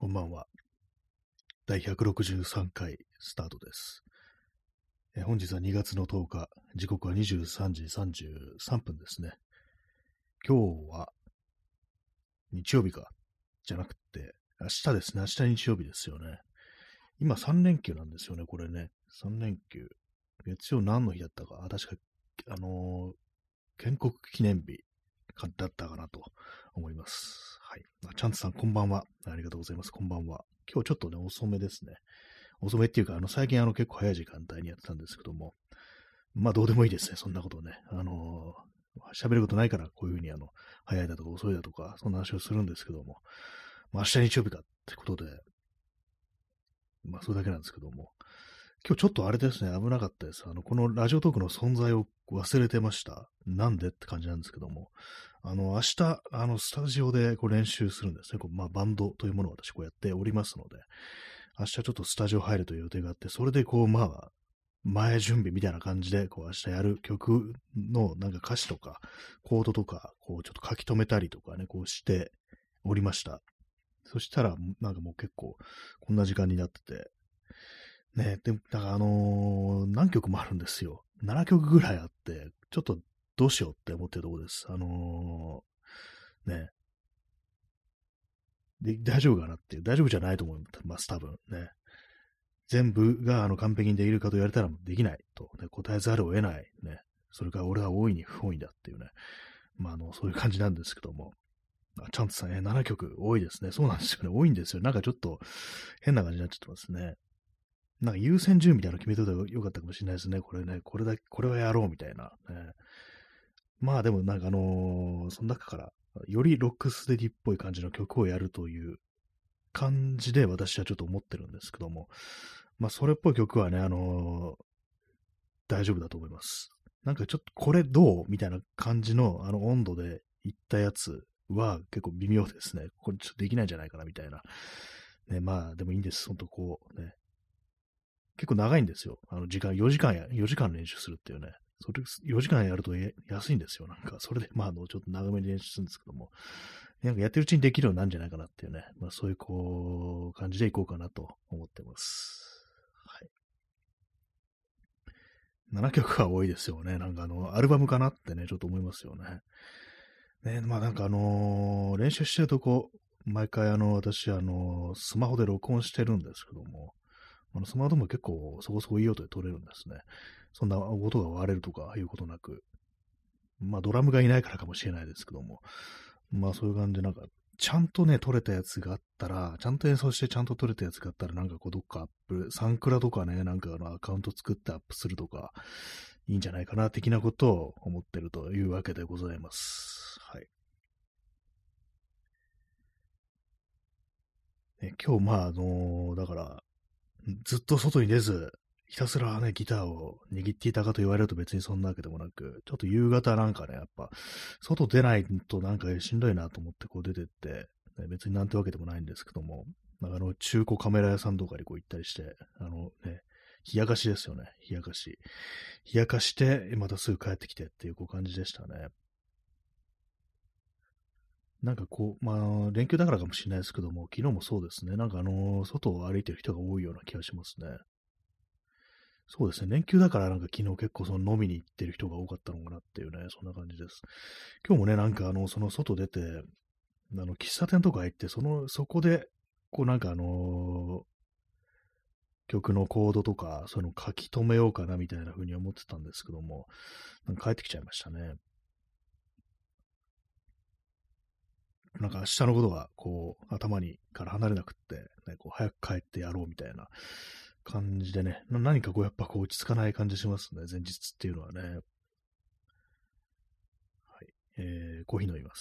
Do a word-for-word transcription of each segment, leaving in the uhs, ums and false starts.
こんばんは。だいひゃくろくじゅうさんかいスタートです。え本日はにがつのとおか、時刻はにじゅうさんじさんじゅうさんぷんですね。今日は日曜日か、じゃなくて、明日ですね。明日日曜日ですよね。今さんれんきゅうなんですよね、これね。さんれんきゅう。月曜何の日だったか。あ、確か、あのー建国記念日だったかなと思います。はい。あ、チャンツさん、こんばんは。ありがとうございます。こんばんは。今日ちょっとね、遅めですね。遅めっていうか、あの、最近あの結構早い時間帯にやってたんですけども、まあどうでもいいですね、そんなことね。あのー、喋ることないから、こういうふうにあの、早いだとか遅いだとか、そんな話をするんですけども、まあ明日日曜日かってことで、まあそれだけなんですけども、今日ちょっとあれですね、危なかったです。あの、このラジオトークの存在を忘れてました。なんでって感じなんですけども、あの、明日、あの、スタジオでこう練習するんですね。こうまあ、バンドというものを私こうやっておりますので、明日ちょっとスタジオ入るという予定があって、それでこう、まあ、前準備みたいな感じで、こう、明日やる曲のなんか歌詞とか、コードとか、こう、ちょっと書き留めたりとかね、こうしておりました。そしたら、なんかもう結構、こんな時間になってて、ね、でも、だからあのー何曲もあるんですよ。ななきょくぐらいあって、ちょっとどうしようって思ってるところです。あのーね、で、大丈夫かなっていう、大丈夫じゃないと思います、多分ね。全部があの完璧にできるかと言われたらできないと、ね、答えざるを得ない。ね。それから俺は大いに不本意だっていうね。まあ、あの、そういう感じなんですけども。あ、チャンツさん、えー、ななきょく多いですね。そうなんですよね。多いんですよ。なんかちょっと変な感じになっちゃってますね。なんか優先順位みたいなの決めておいた方が良かったかもしれないですね。これね、これだけ、これはやろうみたいな。ね、まあでもなんかあのーその中から、よりロックステディっぽい感じの曲をやるという感じで私はちょっと思ってるんですけども、まあそれっぽい曲はね、あのー大丈夫だと思います。なんかちょっとこれどうみたいな感じのあの温度でいったやつは結構微妙ですね。これちょっとできないんじゃないかなみたいな。ね、まあでもいいんです。ほんとこうね。結構長いんですよ。あの時間、よじかんや、よじかん練習するっていうね。それ、よじかんやると安いんですよ。なんか、それで、まあ、あの、ちょっと長めに練習するんですけども、なんかやってるうちにできるようになるんじゃないかなっていうね。まあ、そういう、こう、感じでいこうかなと思ってます。はい。ななきょくは多いですよね。なんか、あの、アルバムかなってね、ちょっと思いますよね。ね、まあ、なんか、あのー練習してるとこ、毎回、あの、私、あのスマホで録音してるんですけども、あのスマートフォンも結構そこそこいい音で撮れるんですね。そんな音が割れるとかいうことなく。まあドラムがいないからかもしれないですけども。まあそういう感じでなんか、ちゃんとね、撮れたやつがあったら、ちゃんと演奏してちゃんと撮れたやつがあったら、なんかこうどっかアップ、サンクラとかね、なんかあのアカウント作ってアップするとか、いいんじゃないかな、的なことを思ってるというわけでございます。はい。え今日、まあ、あのだから、ずっと外に出ず、ひたすらね、ギターを握っていたかと言われると別にそんなわけでもなく、ちょっと夕方なんかね、やっぱ、外出ないとなんかしんどいなと思ってこう出てって、ね、別になんてわけでもないんですけども、なんかあの、中古カメラ屋さんとかにこう行ったりして、あのね、冷やかしですよね、冷やかし。冷やかして、またすぐ帰ってきてっていうこう感じでしたね。なんかこう、まあ、連休だからかもしれないですけども、昨日もそうですね。なんかあの、外を歩いてる人が多いような気がしますね。そうですね。連休だからなんか昨日結構その飲みに行ってる人が多かったのかなっていうね、そんな感じです。今日もね、なんかあの、その外出て、あの、喫茶店とか行って、その、そこで、こうなんかあのー曲のコードとか、その書き留めようかなみたいな風に思ってたんですけども、なんか帰ってきちゃいましたね。なんか明日のことが、こう、頭にから離れなくって、ね、こう、早く帰ってやろうみたいな感じでね、な何かこう、やっぱこう、落ち着かない感じしますね、前日っていうのはね。はい。えー、コーヒー飲みます。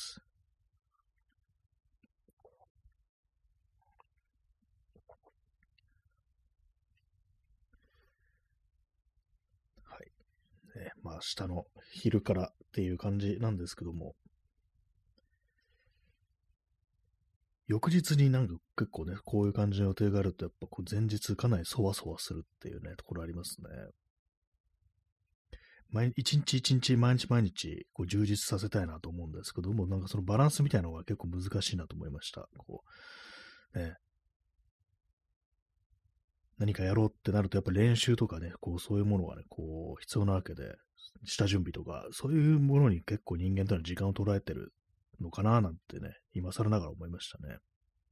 はい。ね、まあ、明日の昼からっていう感じなんですけども、翌日になんか結構ね、こういう感じの予定があると、やっぱこう前日かなりそわそわするっていうね、ところありますね。毎一日一日、毎日毎日、こう充実させたいなと思うんですけども、なんかそのバランスみたいなのが結構難しいなと思いました。こう、ね。 何かやろうってなると、やっぱ練習とかね、こう、そういうものがね、こう、必要なわけで、下準備とか、そういうものに結構人間というのは時間を捉えてるのかな、なんてね、今更ながら思いましたね。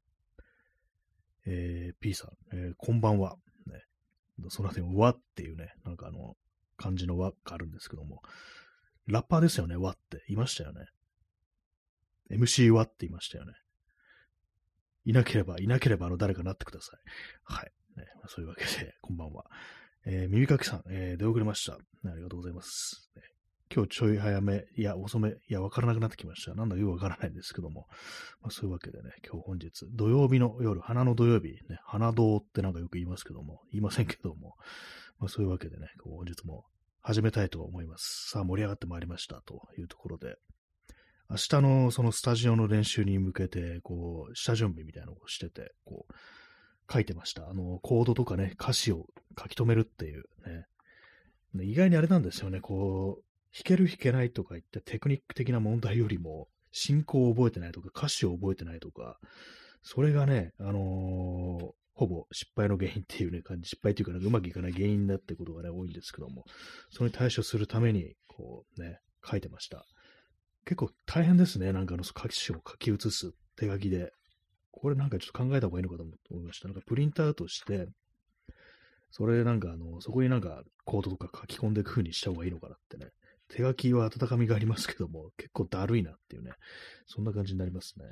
えー、P さん、えーこんばんは。ね、その後に、わっていうね、なんかあの、漢字の和があるんですけども、ラッパーですよね、和って。いましたよね。エムシー 和って言いましたよね。いなければ、いなければ、あの、誰かなってください。はい。ね、まあ、そういうわけで、こんばんは。えー、耳かきさん、えー、出遅れました。ありがとうございます。ね、今日ちょい早め、いや、遅め、いや、わからなくなってきました。なんだかよくわからないんですけども。まあ、そういうわけでね、今日本日、土曜日の夜、花の土曜日、ね、花堂ってなんかよく言いますけども、言いませんけども、まあ、そういうわけでね、本日も始めたいと思います。さあ、盛り上がってまいりましたというところで、明日のそのスタジオの練習に向けて、こう、下準備みたいなのをしてて、こう、書いてました。あの、コードとかね、歌詞を書き留めるっていうね。意外にあれなんですよね、こう、弾ける弾けないとか言ってテクニック的な問題よりも、進行を覚えてないとか、歌詞を覚えてないとか、それがね、あのーほぼ失敗の原因っていうね、感じ、失敗っていうか、なんかうまくいかない原因だってことがね、多いんですけども、それに対処するために、こうね、書いてました。結構大変ですね、なんかあの歌詞を書き写す手書きで。これなんかちょっと考えた方がいいのかと思いました。なんかプリントアウトして、それなんかあの、そこになんかコードとか書き込んでいく風にした方がいいのかなってね。手書きは温かみがありますけども、結構だるいなっていうね、そんな感じになりますね。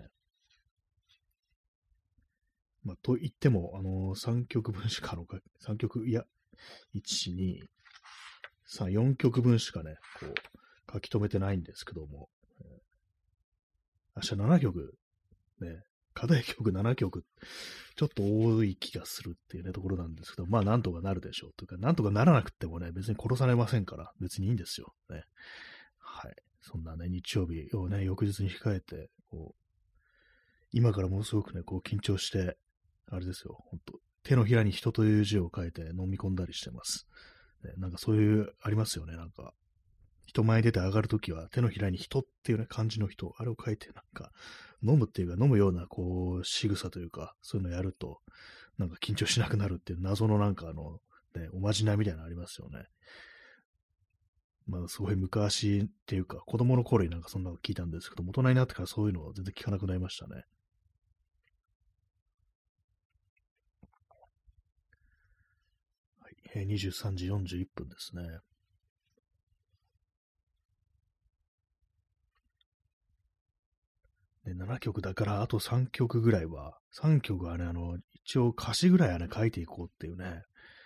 まあ、と言っても、あのー、さんきょくぶんしかのか、さんきょく、いや、いち、に、さん、よんきょくぶんしかね、こう、書き留めてないんですけども、えー明日ななきょく、ね、課題曲ななきょく、ちょっと多い気がするっていうね、ところなんですけど、まあ、なんとかなるでしょう。というか、なんとかならなくてもね、別に殺されませんから、別にいいんですよ。ね。はい。そんなね、日曜日をね、翌日に控えて、こう、今からものすごくね、こう、緊張して、あれですよ、本当手のひらに人という字を書いて飲み込んだりしてます。ね、なんかそういう、ありますよね、なんか。人前に出て上がるときは手のひらに人っていうね、漢字の人、あれを書いてなんか、飲むっていうか飲むような、こう、仕草というか、そういうのやると、なんか緊張しなくなるっていう謎のなんかあの、ね、おまじないみたいなのありますよね。まあ、すごい昔っていうか、子供の頃になんかそんなの聞いたんですけど、大人になってからそういうのは全然聞かなくなりましたね。はい、えー、にじゅうさんじよんじゅういっぷんですね。で、ななきょくだから、あとさんきょくぐらいは、さんきょくはね、あの、一応歌詞ぐらいはね、書いていこうっていうね、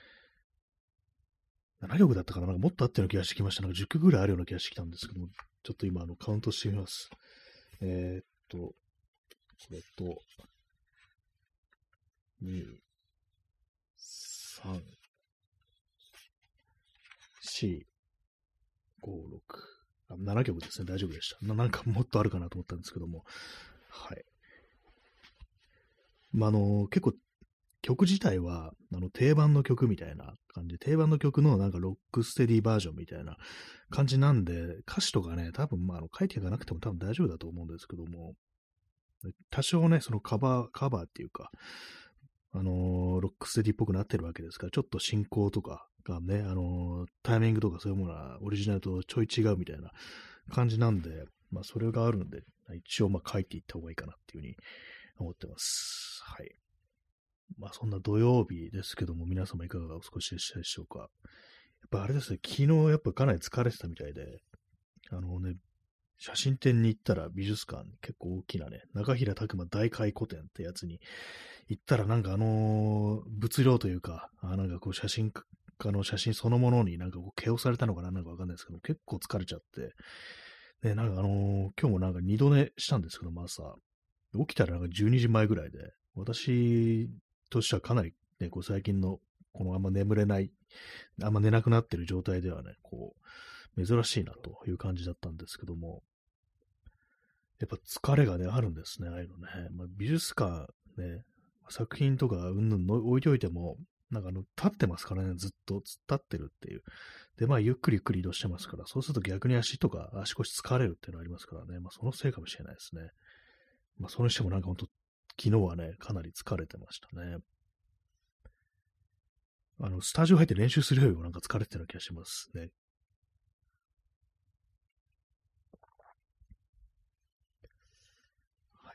ななきょくだったから、なんかもっとあったような気がしてきました。なんかじゅっきょくぐらいあるような気がしてきたんですけども、ちょっと今、あの、カウントしてみます。えー、っと、これと、に、さん、よん、ご、ろく、あ、ななきょくですね。大丈夫でした。な、なんかもっとあるかなと思ったんですけども、はい。まあ、あの、結構曲自体は、あの、定番の曲みたいな感じ、定番の曲のなんかロックステディバージョンみたいな感じなんで、歌詞とかね、多分まあ、あの書いていかなくても多分大丈夫だと思うんですけども、多少ね、そのカバー、カバーっていうか、あのーロックステディっぽくなってるわけですから、ちょっと進行とかがね、あのータイミングとかそういうものはオリジナルとちょい違うみたいな感じなんで、まあ、それがあるんで、一応まあ書いていった方がいいかなっていうふうに思ってます。はい。まあそんな土曜日ですけども、皆様いかがお過ごしでしたでしょうか。やっぱあれですね、昨日やっぱかなり疲れてたみたいで、あのね、写真展に行ったら美術館、結構大きなね、中平拓馬大回顧展ってやつに行ったらなんかあのー物量というか、あなんかこう写真家の写真そのものになんかこう、毛をされたのかななんかわかんないですけど、結構疲れちゃって、で、なんかあのー今日もなんか二度寝したんですけども、朝、起きたらなんかじゅうにじまえぐらいで、私としてはかなりね、こう最近の、このあんま眠れない、あんま寝なくなってる状態ではね、こう、珍しいなという感じだったんですけども、やっぱ疲れがね、あるんですね、ああいうのね。まあ、美術館ね、作品とかうんぬんの置いておいても、なんかあの、立ってますからね、ずっと、突っ立ってるっていう。で、まあ、ゆっくりゆっくり移動してますから、そうすると逆に足とか足腰疲れるっていうのがありますからね、まあ、そのせいかもしれないですね。まあ、それにしてもなんか本当、昨日はね、かなり疲れてましたね。 あの、スタジオ入って練習するよりもなんか疲れてるような気がしますね。はい。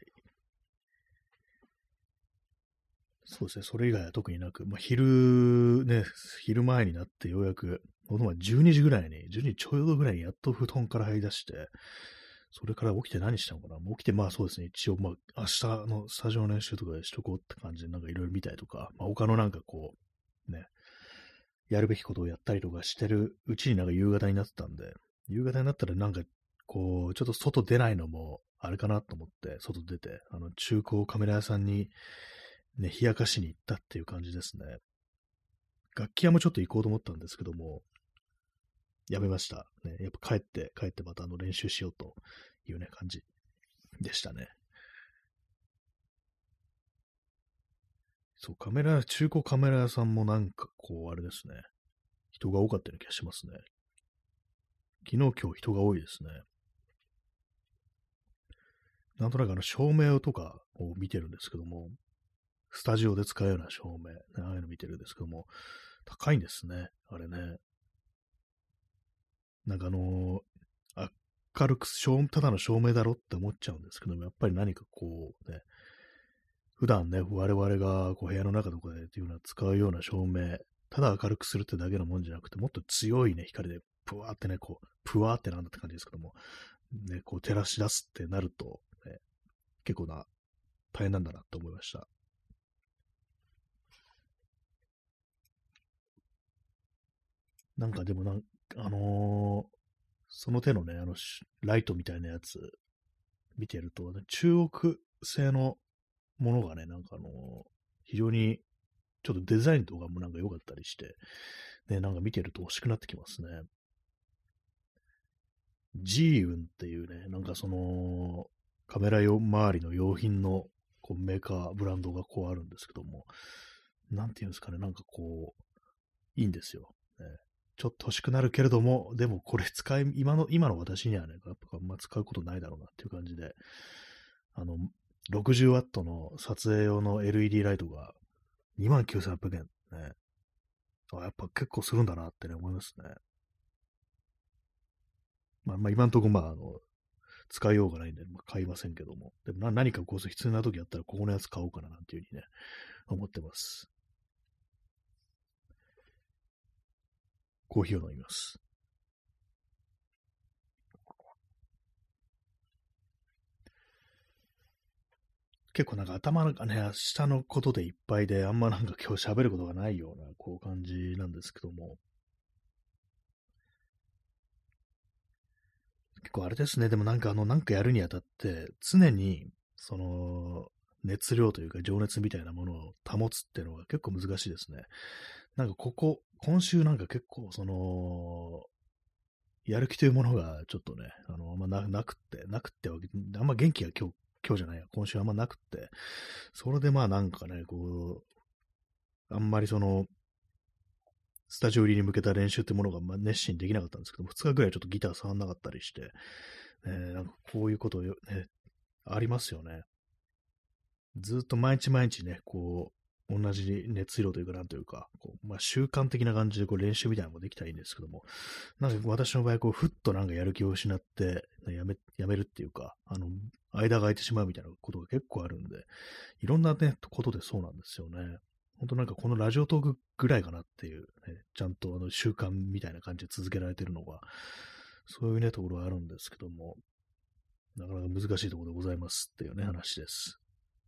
そうですね。それ以外は特になく、まあ、昼、ね、昼前になってようやく、ほんとまあじゅうにじぐらいに、じゅうにじちょうどぐらいにやっと布団から這い出して、それから起きて何したのかな。もう起きて、まあそうですね。一応、まあ明日のスタジオの練習とかでしとこうって感じで、なんかいろいろ見たりとか、まあ他のなんかこう、ね、やるべきことをやったりとかしてるうちになんか夕方になってたんで、夕方になったらなんか、こう、ちょっと外出ないのも、あれかなと思って、外出て、あの、中古カメラ屋さんに、ね、冷やかしに行ったっていう感じですね。楽器屋もちょっと行こうと思ったんですけども、やめました。ね、やっぱ帰って、帰ってまたあの練習しようというね、感じでしたね。そう、カメラ、中古カメラ屋さんもなんかこう、あれですね。人が多かったような気がしますね。昨日今日人が多いですね。なんとなくあの照明とかを見てるんですけども、スタジオで使うような照明、ね、ああいうの見てるんですけども、高いんですね。あれね。なんかあのー明るく、ただの照明だろって思っちゃうんですけども、やっぱり何かこうね、普段ね、我々がこう部屋の中とかでっていうのは使うような照明、ただ明るくするってだけのもんじゃなくて、もっと強いね、光で、ぷわーってね、こう、ぷわーってなんだって感じですけども、ね、こう照らし出すってなると、ね、結構な、大変なんだなって思いました。なんかでもなん、あのーその手のね、あの、ライトみたいなやつ見てると、ね、中国製のものがね、なんかあのー非常にちょっとデザインとかもなんか良かったりして、ね、なんか見てると欲しくなってきますね。ジーウンっていうね、なんかその、カメラ用周りの用品のこうメーカー、ブランドがこうあるんですけども、なんていうんですかね、なんかこう、いいんですよ。ね、ちょっと欲しくなるけれども、でもこれ使い、今の、今の私にはね、やっぱあんま使うことないだろうなっていう感じで、あの、ろくじゅうワットの撮影用の エルイーディー ライトがにまんきゅうせんはっぴゃくえんね。あ、やっぱ結構するんだなってね、思いますね。まあ、まあ、今んとこまあ、あの、使いようがないんで、まあ、買いませんけども。でもな何かこう必要な時あったら、ここのやつ買おうかななんていうふうにね、思ってます。コーヒーを飲みます。結構なんか頭がね、下のことでいっぱいで、あんまなんか今日喋ることがないような、こう感じなんですけども。結構あれですね、でもなんかあの、なんかやるにあたって、常に、その、熱量というか情熱みたいなものを保つっていうのが結構難しいですね。なんかここ、今週なんか結構その、やる気というものがちょっとね、あの、あんまななくって、なくってわけ、あんま元気が今日、今日じゃないや、今週あんまなくって、それでまあなんかね、こう、あんまりその、スタジオ入りに向けた練習ってものがまあ熱心にできなかったんですけども、ふつかぐらいちょっとギター触んなかったりして、えーなんかこういうことよ、ね、ありますよね。ずっと毎日毎日ね、こう、同じ熱量というか、なんというか、こうまあ、習慣的な感じでこう練習みたいなのもできたらいいんですけども、なんか私の場合、こう、ふっとなんかやる気を失って、やめ、やめるっていうか、あの、間が空いてしまうみたいなことが結構あるんで、いろんなね、ことでそうなんですよね。本当なんかこのラジオトークぐらいかなっていう、ね、ちゃんとあの習慣みたいな感じで続けられてるのが、そういうね、ところがあるんですけども、なかなか難しいところでございますっていうね、話です。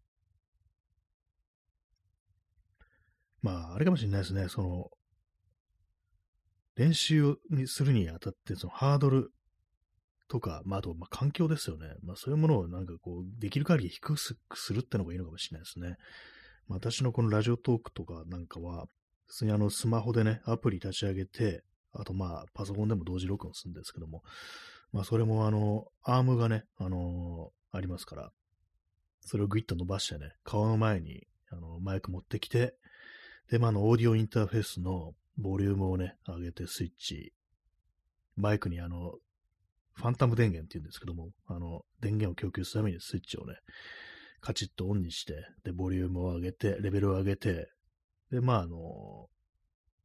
まあ、あれかもしれないですね、その、練習にするにあたって、そのハードルとか、まあ、あと、まあ、環境ですよね。まあ、そういうものをなんかこう、できる限り低くするってのがいいのかもしれないですね。まあ、私のこのラジオトークとかなんかは、普通にあの、スマホでね、アプリ立ち上げて、あとまあ、パソコンでも同時録音するんですけども、まあ、それもあの、アームがね、あのーありますから、それをグイッと伸ばしてね、顔の前に、あの、マイク持ってきて、で、まあ、あの、オーディオインターフェースのボリュームをね、上げてスイッチ、マイクにあの、ファンタム電源って言うんですけども、あの、電源を供給するためにスイッチをね、カチッとオンにして、で、ボリュームを上げて、レベルを上げて、で、まあ、あの、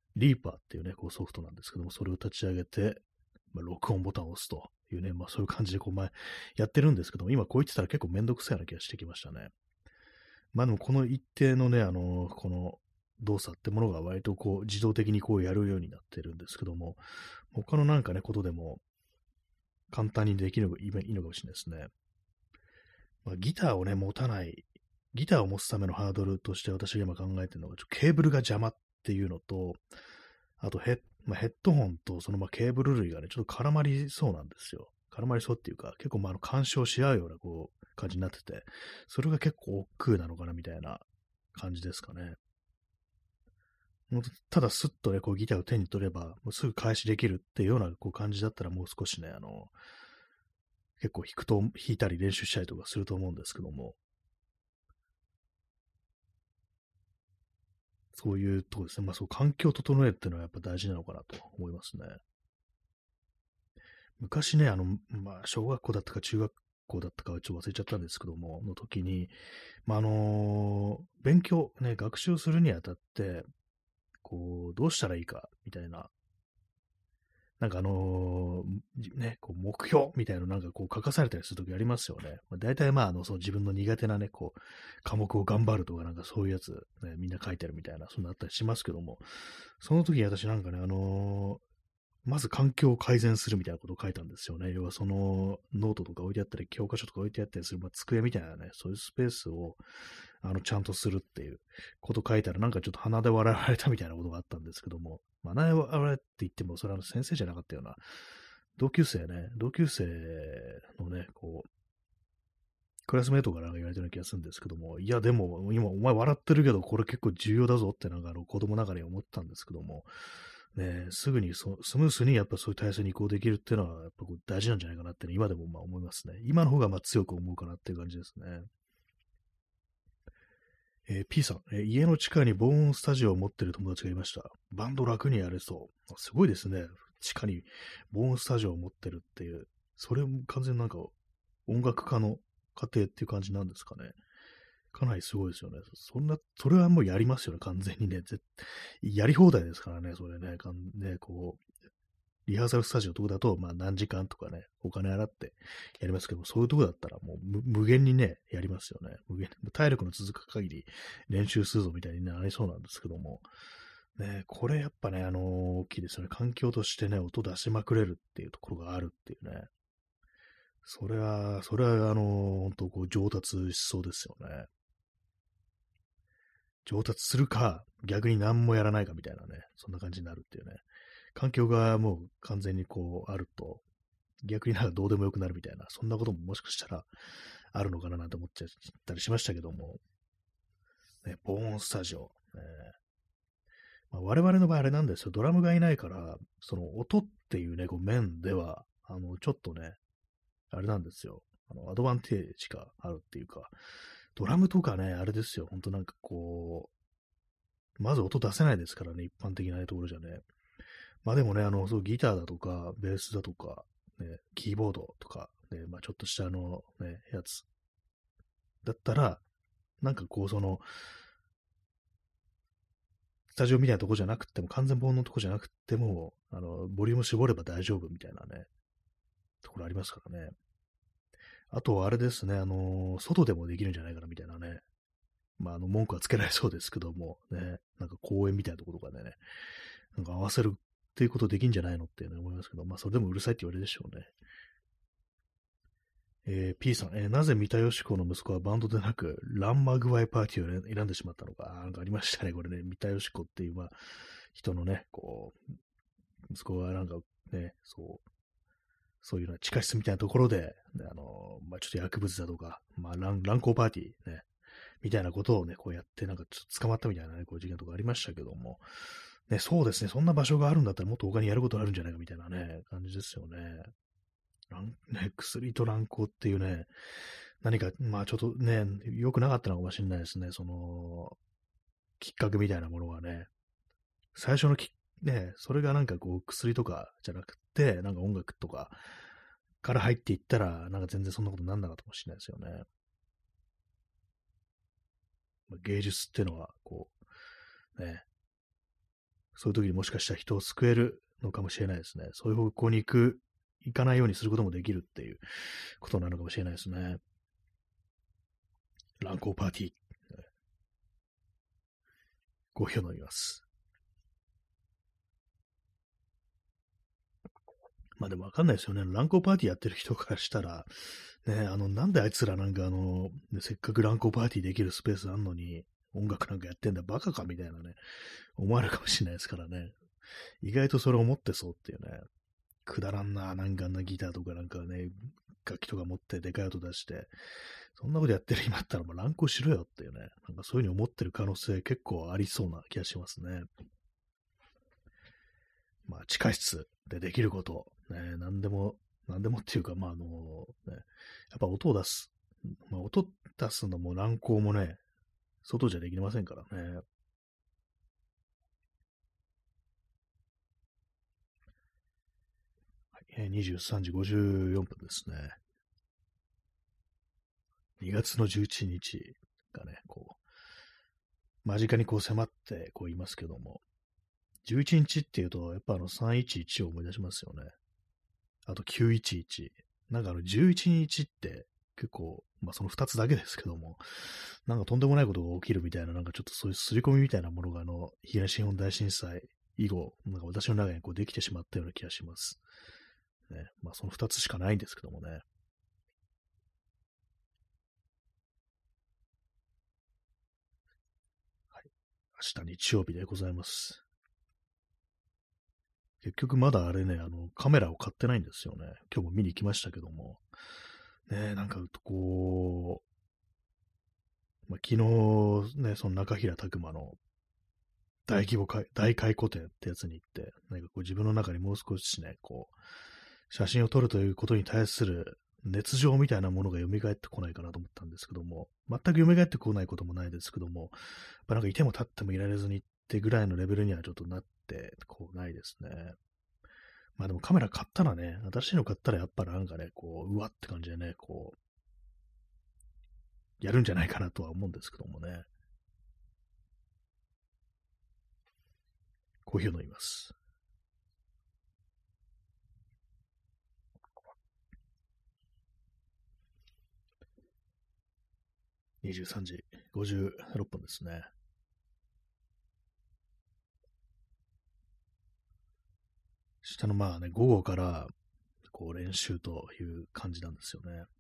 リーパーっていうね、こうソフトなんですけども、それを立ち上げて、まあ、録音ボタンを押すというね、まあそういう感じでこう前やってるんですけども、今こう言ってたら結構めんどくさいような気がしてきましたね。まあでもこの一定のね、あの、この動作ってものが割とこう自動的にこうやるようになってるんですけども、他のなんかね、ことでも簡単にできるのがいいのかもしれないですね。まあ、ギターをね、持たない、ギターを持つためのハードルとして私が今考えてるのが、ちょケーブルが邪魔っていうのと、あとヘッ、まあ、ヘッドホンとそのまあケーブル類がね、ちょっと絡まりそうなんですよ。絡まりそうっていうか、結構まああの干渉し合うようなこう感じになってて、それが結構億劫なのかなみたいな感じですかね。もうただスッとね、こうギターを手に取れば、もうすぐ開始できるっていうようなこう感じだったらもう少しね、あの、結構弾くと、弾いたり練習したりとかすると思うんですけども、そういうとこですね。まあそう、環境を整えるっていうのはやっぱ大事なのかなと思いますね。昔ね、あの、まあ小学校だったか中学校だったかはちょっと忘れちゃったんですけども、の時に、まああの勉強、ね、学習するにあたって、こう、どうしたらいいか、みたいななんかあのーね、こう目標みたいなのなんかこう書かされたりするときありますよね。まあ、大体まあ、あの、その自分の苦手なね、こう、科目を頑張るとかなんかそういうやつ、ね、みんな書いてあるみたいな、そんなあったりしますけども、その時に私なんかね、あのーまず環境を改善するみたいなことを書いたんですよね。要はそのノートとか置いてあったり、教科書とか置いてあったりする、まあ、机みたいなね、そういうスペースをあのちゃんとするっていうことを書いたら、なんかちょっと鼻で笑われたみたいなことがあったんですけども、まあ、鼻で笑われって言っても、それはあの先生じゃなかったような、同級生ね、同級生のね、こう、クラスメイトから言われたような気がするんですけども、いや、でも、今お前笑ってるけど、これ結構重要だぞってなんかあの子供ながらに思ったんですけども、ね、すぐにそスムースにやっぱそういう体制に移行できるっていうのは、やっぱこう大事なんじゃないかなって、ね、今でもまあ思いますね。今の方がまあ強く思うかなっていう感じですね。えー P さん、えー家の地下に防音スタジオを持ってる友達がいました。バンド楽にやれそう。すごいですね。地下に防音スタジオを持ってるっていう。それも完全になんか音楽家の家庭っていう感じなんですかね。かなりすごいですよね。そんな、それはもうやりますよね、完全にね。絶やり放題ですからね、それね。かんねこう、リハーサルスタジオとかだと、まあ何時間とかね、お金払ってやりますけど、そういうとこだったらもう無無限にね、やりますよね。無限、体力の続く限り練習するぞみたいになりそうなんですけども、ね、これやっぱね、あのー大きいですよね。環境としてね、音出しまくれるっていうところがあるっていうね。それは、それは、あのー本当こう上達しそうですよね。上達するか、逆に何もやらないかみたいなね、そんな感じになるっていうね。環境がもう完全にこうあると、逆になんかどうでもよくなるみたいな、そんなことももしかしたらあるのかななんて思っちゃったりしましたけども、ね、防音スタジオ。ねまあ、我々の場合あれなんですよ、ドラムがいないから、その音っていうね、こう面では、あの、ちょっとね、あれなんですよ。あの、アドバンテージがあるっていうか、ドラムとかね、あれですよ、ほんとなんかこう、まず音出せないですからね、一般的なところじゃね。まあでもね、あの、そうギターだとか、ベースだとか、ね、キーボードとか、ね、まあちょっとしたあの、ね、やつだったら、なんかこう、その、スタジオみたいなとこじゃなくても、完全防音のとこじゃなくても、あの、ボリューム絞れば大丈夫みたいなね、ところありますからね。あとはあれですね、あの、外でもできるんじゃないかなみたいなね。まあ、あの、文句はつけられそうですけども、ね、なんか公園みたいなところとかでね、なんか合わせるっていうことできんじゃないのっていうの思いますけど、まあ、それでもうるさいって言われるでしょうね。えー P さん、えーなぜ三田佳子の息子はバンドでなく、ランマグワイパーティーを選んでしまったのか。あなんかありましたね、これね。三田佳子っていう、まあ、人のね、こう、息子がなんかね、そう、そういうの地下室みたいなところで、ねあのまあ、ちょっと薬物だとか、まあ、乱乱交パーティーね、みたいなことをね、こうやって、なんかちょっと捕まったみたいなね、こう事件とかありましたけども、ね、そうですね、そんな場所があるんだったらもっと他にやることあるんじゃないかみたいなね、感じですよね。乱ね、薬と乱行っていうね、何か、まあちょっとね、良くなかったのかもしれないですね。その、きっかけみたいなものがね。最初のき、ね、それがなんかこう薬とかじゃなくて、なんか音楽とかから入っていったら、なんか全然そんなことになんなかったかもしれないですよね。芸術っていうのは、こう、ね、 そういう時にもしかしたら人を救えるのかもしれないですね。そういう方向に行く、行かないようにすることもできるっていうことなのかもしれないですね。乱交パーティー。コーヒーを飲みます。まあでもわかんないですよね。乱交パーティーやってる人からしたら、ね、あの、なんであいつらなんかあの、ね、せっかく乱交パーティーできるスペースあんのに、音楽なんかやってんだ、バカかみたいなね、思われるかもしれないですからね。意外とそれ思ってそうっていうね、くだらんな、なんかあんなギターとかなんかね、楽器とか持ってでかい音出して、そんなことやってる今だったらもう乱行しろよっていうね、なんかそういうふうに思ってる可能性結構ありそうな気がしますね。まあ、地下室でできること、ね、何でも、何でもっていうか、まあ、あの、ね、やっぱ音を出す。まあ、音出すのも乱行もね、外じゃできませんからね。はい、にじゅうさんじごじゅうよんぷんですね。にがつのじゅういちにちがね、こう、間近にこう迫ってこう言いますけども、じゅういちにちっていうと、やっぱあのさんいちいちを思い出しますよね。あときゅういちいち。なんかあのじゅういちにちって結構、まあそのふたつだけですけども、なんかとんでもないことが起きるみたいな、なんかちょっとそういう刷り込みみたいなものがあの、東日本大震災以後、なんか私の中にこうできてしまったような気がします。ね。まあそのふたつしかないんですけどもね。はい。明日日曜日でございます。結局まだあれね、あの、カメラを買ってないんですよね。今日も見に行きましたけども。ね、なんかこう、まあ、昨日ね、その中平拓磨の大規模か大回顧展ってやつに行って、なんかこう自分の中にもう少しね、こう、写真を撮るということに対する熱情みたいなものが蘇ってこないかなと思ったんですけども、全く蘇ってこないこともないですけども、やっぱなんかいても立ってもいられずにってぐらいのレベルにはちょっとなって、こうないですね。まあでもカメラ買ったらね、新しいの買ったらやっぱなんかね、こう、うわって感じでね、こう、やるんじゃないかなとは思うんですけどもね。コーヒーを飲みます。にじゅうさんじごじゅうろっぷんですね。下のまあね、午後からこう練習という感じなんですよね。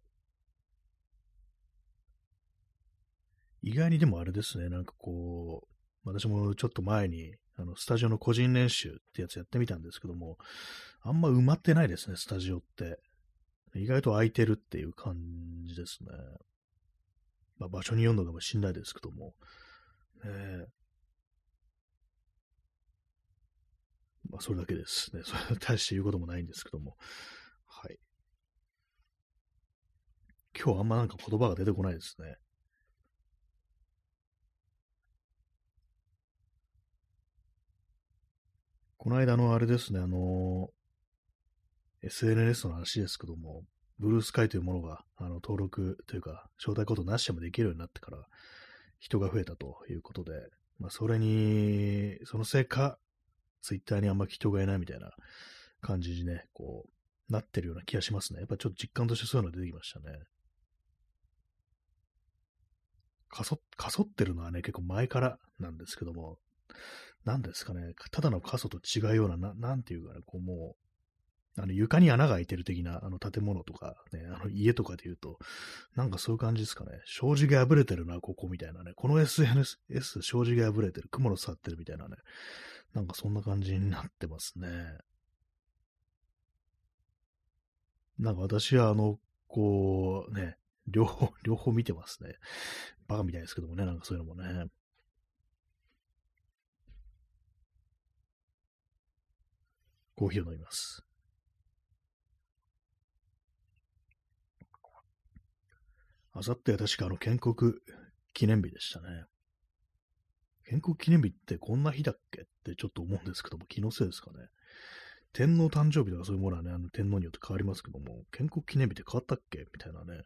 意外にでもあれですね、なんかこう、私もちょっと前に、あの、スタジオの個人練習ってやつやってみたんですけども、あんま埋まってないですね、スタジオって。意外と空いてるっていう感じですね。まあ、場所によるのかもしんないですけども。ね、まあ、それだけですね。それに対して言うこともないんですけども。はい。今日あんまなんか言葉が出てこないですね。この間のあれですね、あの、エスエヌエス の話ですけども、ブルースカイというものが、あの、登録というか、招待コードなしでもできるようになってから、人が増えたということで、まあ、それに、そのせいか、ツイッターにあんま人がいないみたいな感じにね、こう、なってるような気がしますね。やっぱちょっと実感としてそういうのが出てきましたね。かそ、かそってるのはね、結構前からなんですけども、なんですかね、ただの過疎と違うような、ななんていうかね、こうもう、あの床に穴が開いてる的なあの建物とか、ね、あの家とかで言うと、なんかそういう感じですかね。障子が破れてるな、ここみたいなね。この エスエヌエス、障子が破れてる、雲の去ってるみたいなね。なんかそんな感じになってますね。なんか私はあの、こうね、両方、両方見てますね。バカみたいですけどもね、なんかそういうのもね。コーヒーを飲みます。あさっては確かあの建国記念日でしたね。建国記念日ってこんな日だっけってちょっと思うんですけども、気のせいですかね。天皇誕生日とかそういうものはね、あの天皇によって変わりますけども、建国記念日って変わったっけみたいなね。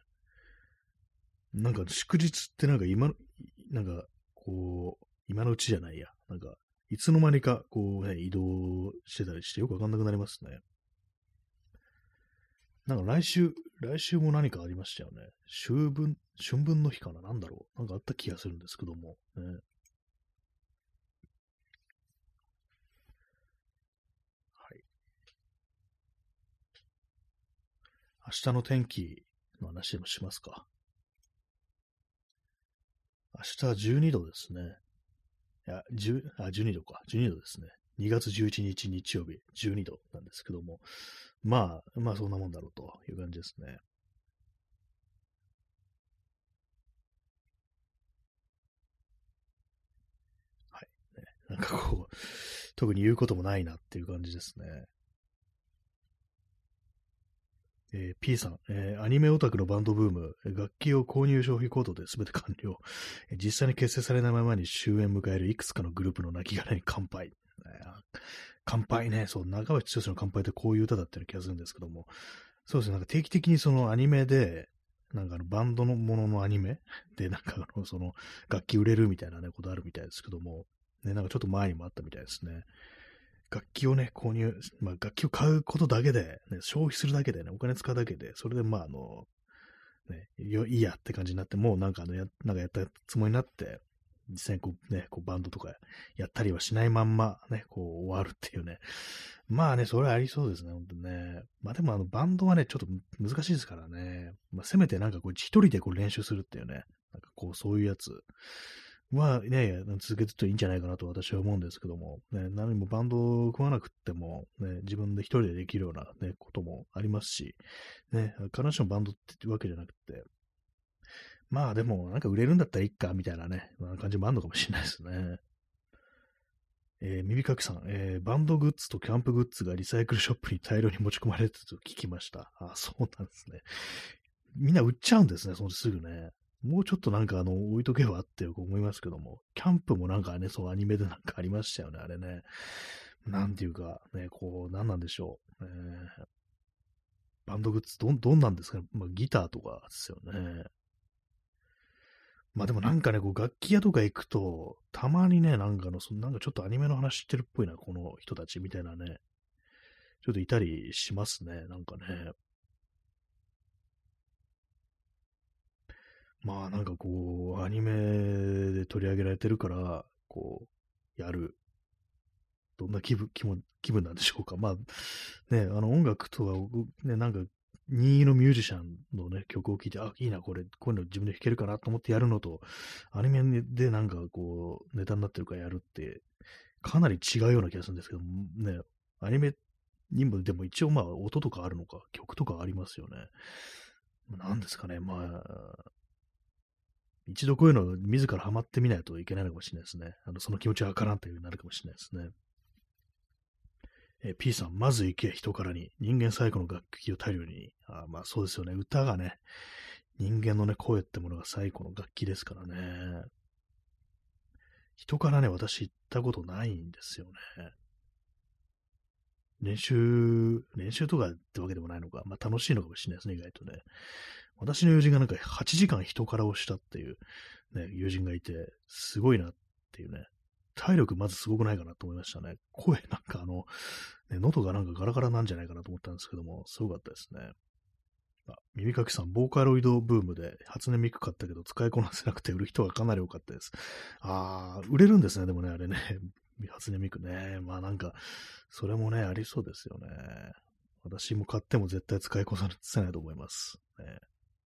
なんか祝日ってなんか今の、なんかこう、今のうちじゃないや。なんかいつの間にか、こうね、移動してたりしてよくわかんなくなりますね。なんか来週、来週も何かありましたよね。秋分、春分の日かななんだろう。なんかあった気がするんですけども。ね、はい。明日の天気の話でもしますか。明日はじゅうにどですね。いや、じゅう、あ、じゅうにどか。じゅうにどですね。にがつじゅういちにち日曜日、じゅうにどなんですけども。まあ、まあそんなもんだろうという感じですね。はい。ね、なんかこう、特に言うこともないなっていう感じですね。えー P さん、えーアニメオタクのバンドブーム、楽器を購入消費行動で全て完了。えー実際に結成されないままに終焉迎えるいくつかのグループの亡きに乾杯。えー乾杯ね、そう、長渕剛の乾杯ってこういう歌だったような気がするんですけども、そうですね、なんか定期的にそのアニメで、なんかあのバンドのもののアニメで、なんかあの、その楽器売れるみたいなね、ことあるみたいですけども、ね、なんかちょっと前にもあったみたいですね。楽器をね、購入、まあ、楽器を買うことだけで、ね、消費するだけでね、お金使うだけで、それでまあ、あの、ね、よいいやって感じになって、もうなんかあのや、なんかやったつもりになって、実際にこうね、こうバンドとかやったりはしないまんまね、こう終わるっていうね。まあね、それはありそうですね、本当にね。まあでもあのバンドはね、ちょっと難しいですからね。まあせめてなんかこう一人でこう練習するっていうね、なんかこうそういうやつはね、続けてるといいんじゃないかなと私は思うんですけども、ね、何もバンドを組まなくっても、ね、自分で一人でできるような、ね、こともありますし、ね、必ずしもバンドってわけじゃなくて、まあでも、なんか売れるんだったらいいか、みたいなね、まあ感じもあるのかもしれないですね。えー、耳かきさん、えー、バンドグッズとキャンプグッズがリサイクルショップに大量に持ち込まれてたと聞きました。あ、そうなんですね。みんな売っちゃうんですね、そのすぐね。もうちょっとなんかあの、置いとけばって思いますけども、キャンプもなんかね、そうアニメでなんかありましたよね、あれね。なんていうか、ね、こう、なんなんでしょう。えー、バンドグッズ、どん、どんなんですかね。まあ、ギターとかですよね。まあでもなんかね、こう楽器屋とか行くと、たまにね、なんかの、そのなんかちょっとアニメの話知ってるっぽいな、この人たちみたいなね、ちょっといたりしますね、なんかね。まあなんかこう、アニメで取り上げられてるから、こう、やる。どんな気分、気分、気分なんでしょうか。まあ、ね、あの音楽とは、ね、なんか、任意のミュージシャンのね、曲を聴いて、あ、いいな、これ、こういうの自分で弾けるかなと思ってやるのと、アニメでなんかこう、ネタになってるからやるって、かなり違うような気がするんですけどね、アニメにも、でも一応まあ、音とかあるのか、曲とかありますよね。なんですかね、まあ、一度こういうのを自らハマってみないといけないのかもしれないですね。あの、その気持ちはわからんという風になるかもしれないですね。えー P さん、まず行け、人からに。人間最古の楽器を頼りに。あまあそうですよね。歌がね、人間のね、声ってものが最古の楽器ですからね。人からね、私行ったことないんですよね。練習、練習とかってわけでもないのか。まあ楽しいのかもしれないですね、意外とね。私の友人がなんかはちじかん人からをしたっていう、ね、友人がいて、すごいなっていうね。体力まずすごくないかなと思いましたね。声なんかあの、ね、喉がなんかガラガラなんじゃないかなと思ったんですけども、すごかったですね。あ、耳かきさん、ボーカロイドブームで初音ミク買ったけど使いこなせなくて売る人がかなり多かったです。あー、売れるんですね、でもね、あれね。初音ミクね。まあなんか、それもね、ありそうですよね。私も買っても絶対使いこなせないと思います。ね、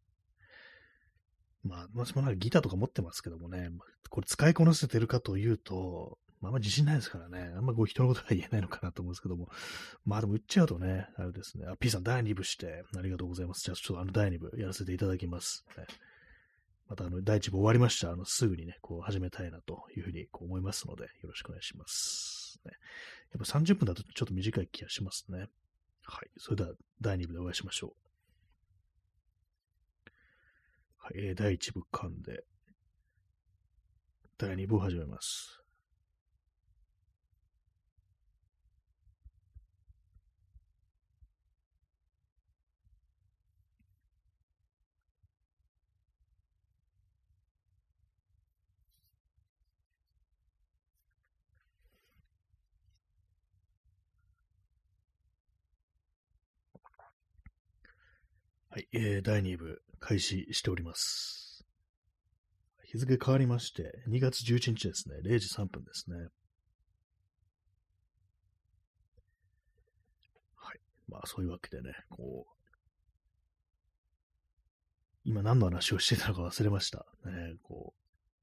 まあ、私もなんかギターとか持ってますけどもね、まあこれ使いこなせてるかというと、まあ、あんま自信ないですからね。あんまこう人のことは言えないのかなと思うんですけども。まあでも売っちゃうとね、あれですね。あ、P さんだいに部してありがとうございます。じゃあちょっとあのだいに部やらせていただきます。ね、またあのだいいち部終わりましたら、あのすぐにね、こう始めたいなというふうにこう思いますので、よろしくお願いします。ね、やっぱさんじゅっぷんだとちょっと短い気がしますね。はい。それではだいに部でお会いしましょう。はい。えー、だいいち部完で、だいに部を始めます。 はい、えー、だいに部開始しております。日付変わりまして、にがつじゅういちにちですね、れいじさんぷんですね。はい。まあ、そういうわけでね、こう、今何の話をしてたのか忘れました。ね、こ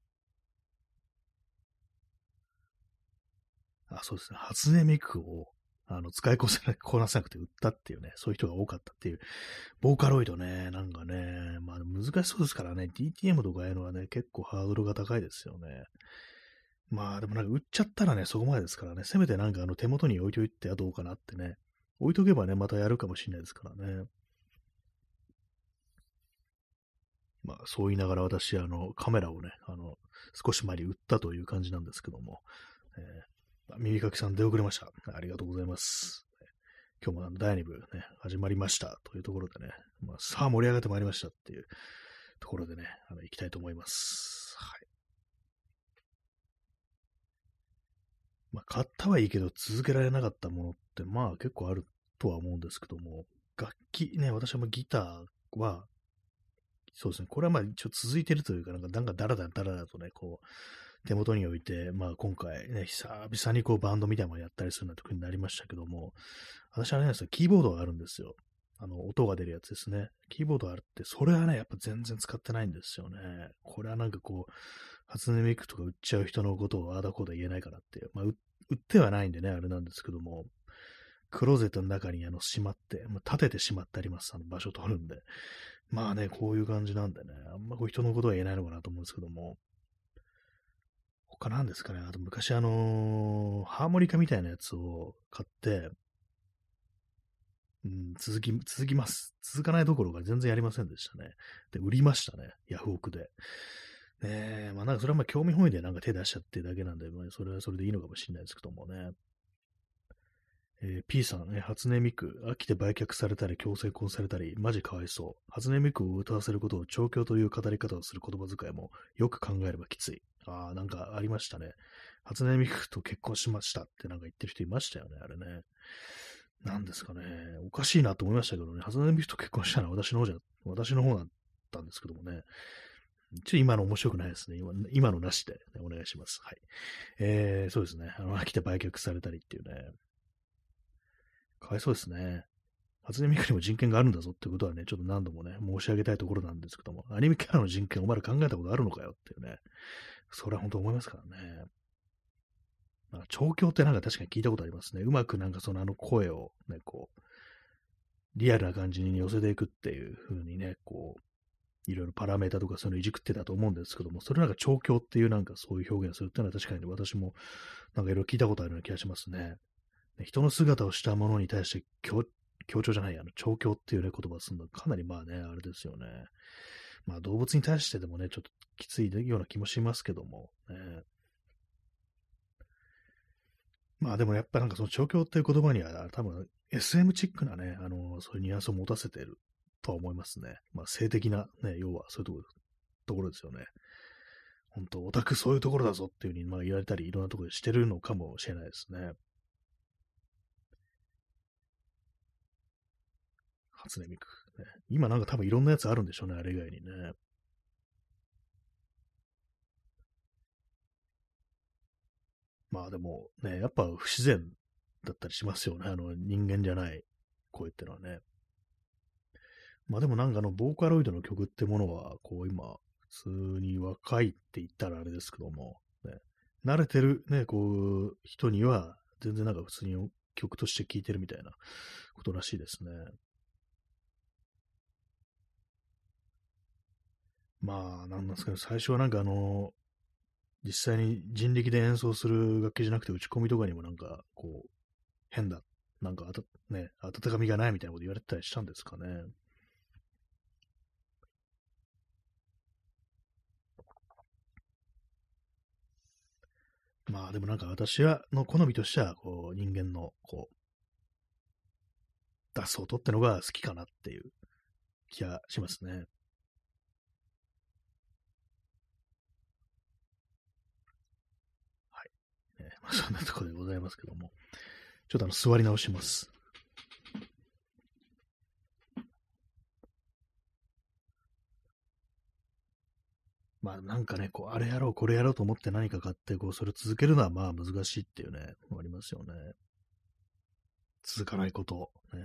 う、あ、そうですね、初音ミクを、あの、使いこせなこなせなくて売ったっていうね、そういう人が多かったっていう、ボーカロイドね、なんかね、まあ難しそうですからね、ディーティーエム とかいうのはね、結構ハードルが高いですよね。まあでもなんか売っちゃったらね、そこまでですからね、せめてなんかあの手元に置いといてはどうかなってね、置いとけばね、またやるかもしれないですからね。まあそう言いながら私、あの、カメラをね、あの、少し前に売ったという感じなんですけども、えー、耳かきさん出遅れました。ありがとうございます。今日もあのだいに部ね、始まりましたというところでね、まあ、さあ盛り上がってまいりましたっていうところでね、あの、行きたいと思います。はい。まあ、買ったはいいけど続けられなかったものって、まあ結構あるとは思うんですけども、楽器ね、私はギターは、そうですね、これはまあ一応続いてるというか、なんか、なんかダラダラダラダラとね、こう、手元に置いて、まあ今回ね、久々にこうバンドみたいなのをやったりするような時になりましたけども、私はね、キーボードがあるんですよ。あの、音が出るやつですね。キーボードがあるって、それはね、やっぱ全然使ってないんですよね。これはなんかこう、初音ミクとか売っちゃう人のことをああだこうだ言えないかなっていう。まあ、売ってはないんでね、あれなんですけども、クローゼットの中にあのしまって、まあ、立ててしまってあります。あの場所取るんで。まあね、こういう感じなんでね、あんまこう人のことは言えないのかなと思うんですけども、他なんですかね、あと昔あのーハーモニカみたいなやつを買って、うん、続き、続きます。続かないどころか全然やりませんでしたね。で、売りましたね。ヤフオクで。ねえ、まあなんかそれはまあ興味本位でなんか手出しちゃってるだけなんで、まあ、それはそれでいいのかもしれないですけどもね。えー、P さん、ね、初音ミク、飽きて売却されたり強制婚されたり、マジかわいそう。初音ミクを歌わせることを調教という語り方をする言葉遣いもよく考えればきつい。ああ、なんかありましたね。初音ミクと結婚しましたってなんか言ってる人いましたよね、あれね。なんですかね。おかしいなと思いましたけどね。初音ミクと結婚したのは私の方じゃ、私の方だったんですけどもね。ちょっと今の面白くないですね。今今のなしで、ね、お願いします。はい。えー、そうですね。あの、飽きて売却されたりっていうね。かわいそうですね。初音ミクにも人権があるんだぞってことはね、ちょっと何度もね、申し上げたいところなんですけども、アニメキャラの人権お前ら考えたことあるのかよっていうね。それは本当思いますからね。まあ、調教ってなんか確かに聞いたことありますね。うまくなんかそのあの声をね、こう、リアルな感じに寄せていくっていう風にね、こう、いろいろパラメータとかそういうのいじくってたと思うんですけども、それなんか調教っていうなんかそういう表現をするっていうのは確かに私もなんかいろいろ聞いたことあるような気がしますね。人の姿をしたものに対して強強調じゃない、あの、調教っていうね、言葉をするのかなりまあね、あれですよね。まあ動物に対してでもね、ちょっときついような気もしますけども、ね。まあでもやっぱなんかその調教っていう言葉には多分 エスエム チックなね、あの、そういうニュアンスを持たせているとは思いますね。まあ性的なね、要はそういうところ、ところですよね。本当オタクそういうところだぞっていう風にまあ言われたり、いろんなところでしてるのかもしれないですね。初音ミク、ね。今なんか多分いろんなやつあるんでしょうね、あれ以外にね。まあでもね、やっぱ不自然だったりしますよね。あの人間じゃない声ってのはね。まあでもなんかあの、ボーカロイドの曲ってものは、こう今、普通に若いって言ったらあれですけども、ね、慣れてるね、こう、人には、全然なんか普通に曲として聴いてるみたいなことらしいですね。まあ、なんなんですかね、最初はなんかあの、実際に人力で演奏する楽器じゃなくて打ち込みとかにもなんか、こう、変だ。なんかあた、ね、温かみがないみたいなこと言われてたりしたんですかね。まあでもなんか私は、の好みとしては、こう、人間の、こう、出す音ってのが好きかなっていう気がしますね。はい。ね、まあ、そんなところでございますけども。ちょっとあの、座り直します。 まあなんかね、こう、あれやろう、これやろうと思って何か買って、こう、それを続けるのはまあ難しいっていうね、ありますよね。続かないこと。ね。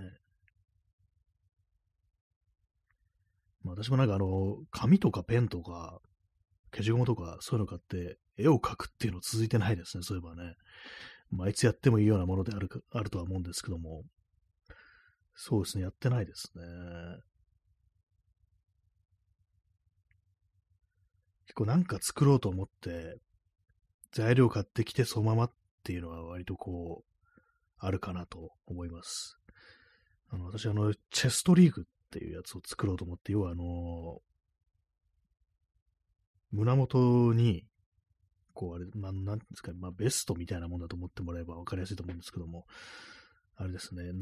まあ私もなんかあの、紙とかペンとか、消しゴムとか、そういうの買って、絵を描くっていうの続いてないですね、そういえばね。まあ、いつやってもいいようなものであるか、あるとは思うんですけども、そうですね、やってないですね。結構なんか作ろうと思って、材料買ってきてそのままっていうのは割とこう、あるかなと思います。あの、私あの、チェストリーグっていうやつを作ろうと思って、要はあの、胸元に、こう、あれ、まあ、なんですかね、まあ、ベストみたいなもんだと思ってもらえば分かりやすいと思うんですけども、あれですね、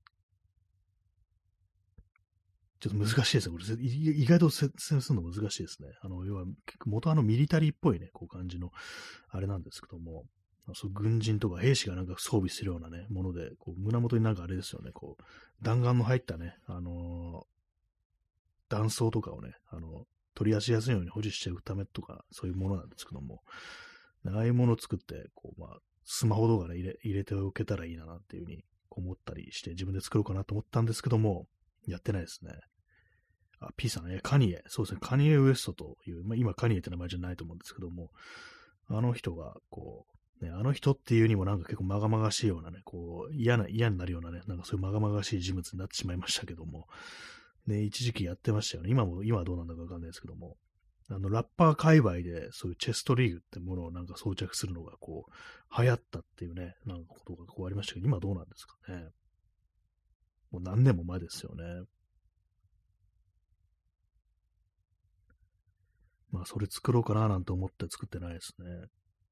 ちょっと難しいですね。これ、意外と説明するの難しいですね。あの、要は、元あのミリタリーっぽいね、こう感じの、あれなんですけども、そう軍人とか兵士がなんか装備するようなね、もので、こう胸元になんかあれですよね、こう、弾丸の入ったね、あのー弾倉とかをね、あの、取り出しやすいように保持しておくためとか、そういうものなんですけども、ああいうものを作って、こう、まあ、スマホとかね、入れ、入れておけたらいいなっていうふうに思ったりして、自分で作ろうかなと思ったんですけども、やってないですね。あ、P さん、え、カニエ。そうですね。カニエ・ウエストという、まあ、今カニエって名前じゃないと思うんですけども、あの人が、こう、ね、あの人っていうにもなんか結構まがまがしいようなね、こう、嫌な、嫌になるようなね、なんかそういうまがまがしい人物になってしまいましたけども、ね、一時期やってましたよね。今も、今はどうなんだかわかんないですけども、あの、ラッパー界隈で、そういうチェストリーグってものをなんか装着するのが、こう、流行ったっていうね、なんかことがこうありましたけど、今どうなんですかね。もう何年も前ですよね。まあ、それ作ろうかななんて思って作ってないですね。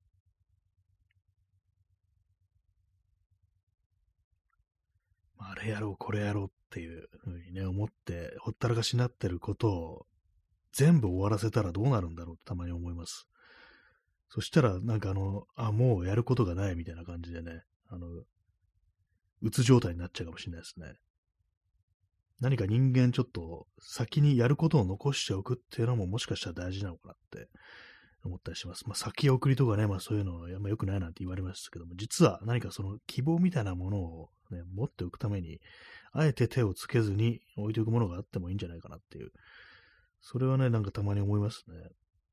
まあ、あれやろう、これやろうっていうふうにね、思って、ほったらかしになってることを全部終わらせたらどうなるんだろうってたまに思います。そしたら、なんかあの、あ、もうやることがないみたいな感じでね、あの、うつ状態になっちゃうかもしれないですね。何か人間ちょっと先にやることを残しておくっていうのももしかしたら大事なのかなって思ったりします。まあ、先送りとかね、まあそういうのはあんま良くないなんて言われましたけども、実は何かその希望みたいなものを、ね、持っておくために、あえて手をつけずに置いておくものがあってもいいんじゃないかなっていう、それはね、なんかたまに思いますね。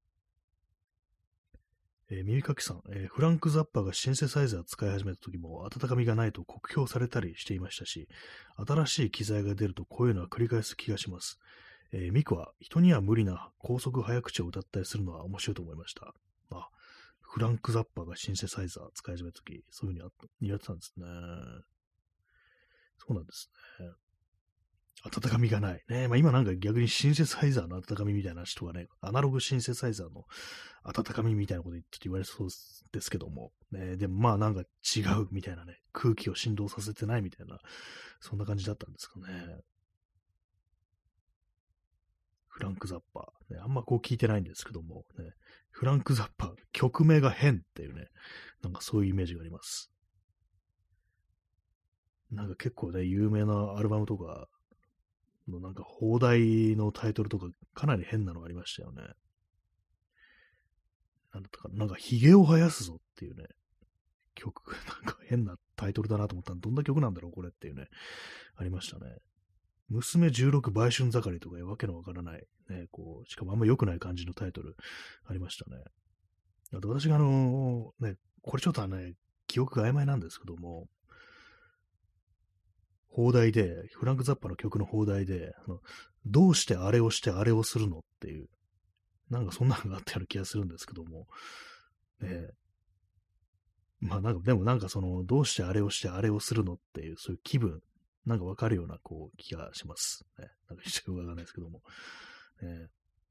えー、耳かきさん、えーフランク・ザッパーがシンセサイザー使い始めた時も温かみがないと酷評されたりしていましたし、新しい機材が出るとこういうのは繰り返す気がします。えーミクは人には無理な高速早口を歌ったりするのは面白いと思いました。あ、フランク・ザッパーがシンセサイザー使い始めた時、そういう風にあったやってたんですね。そうなんですね。温かみがない。ね。まあ、今なんか逆にシンセサイザーの温かみみたいな人がね、アナログシンセサイザーの温かみみたいなこと言って言われそうですけども、ね、でもまあなんか違うみたいなね、空気を振動させてないみたいな、そんな感じだったんですかね。フランク・ザッパー。ね、あんまこう聞いてないんですけども、ね、フランク・ザッパー、曲名が変っていうね、なんかそういうイメージがあります。なんか結構ね、有名なアルバムとかのなんか放題のタイトルとかかなり変なのありましたよね。なんだったかな、なんか髭を生やすぞっていうね、曲、なんか変なタイトルだなと思ったら、どんな曲なんだろうこれっていうね、ありましたね。娘じゅうろく売春盛りとかいうわけのわからない、ね、こう、しかもあんま良くない感じのタイトルありましたね。あと私があのね、これちょっとね、記憶が曖昧なんですけども、放題で、フランク・ザッパの曲の放題で、あのどうしてあれをしてあれをするのっていう、なんかそんなのがあったような気がするんですけども、ね、まあなんか、でもなんかその、どうしてあれをしてあれをするのっていう、そういう気分、なんかわかるような、こう、気がします。ね。なんか一応わかんないですけども。ね、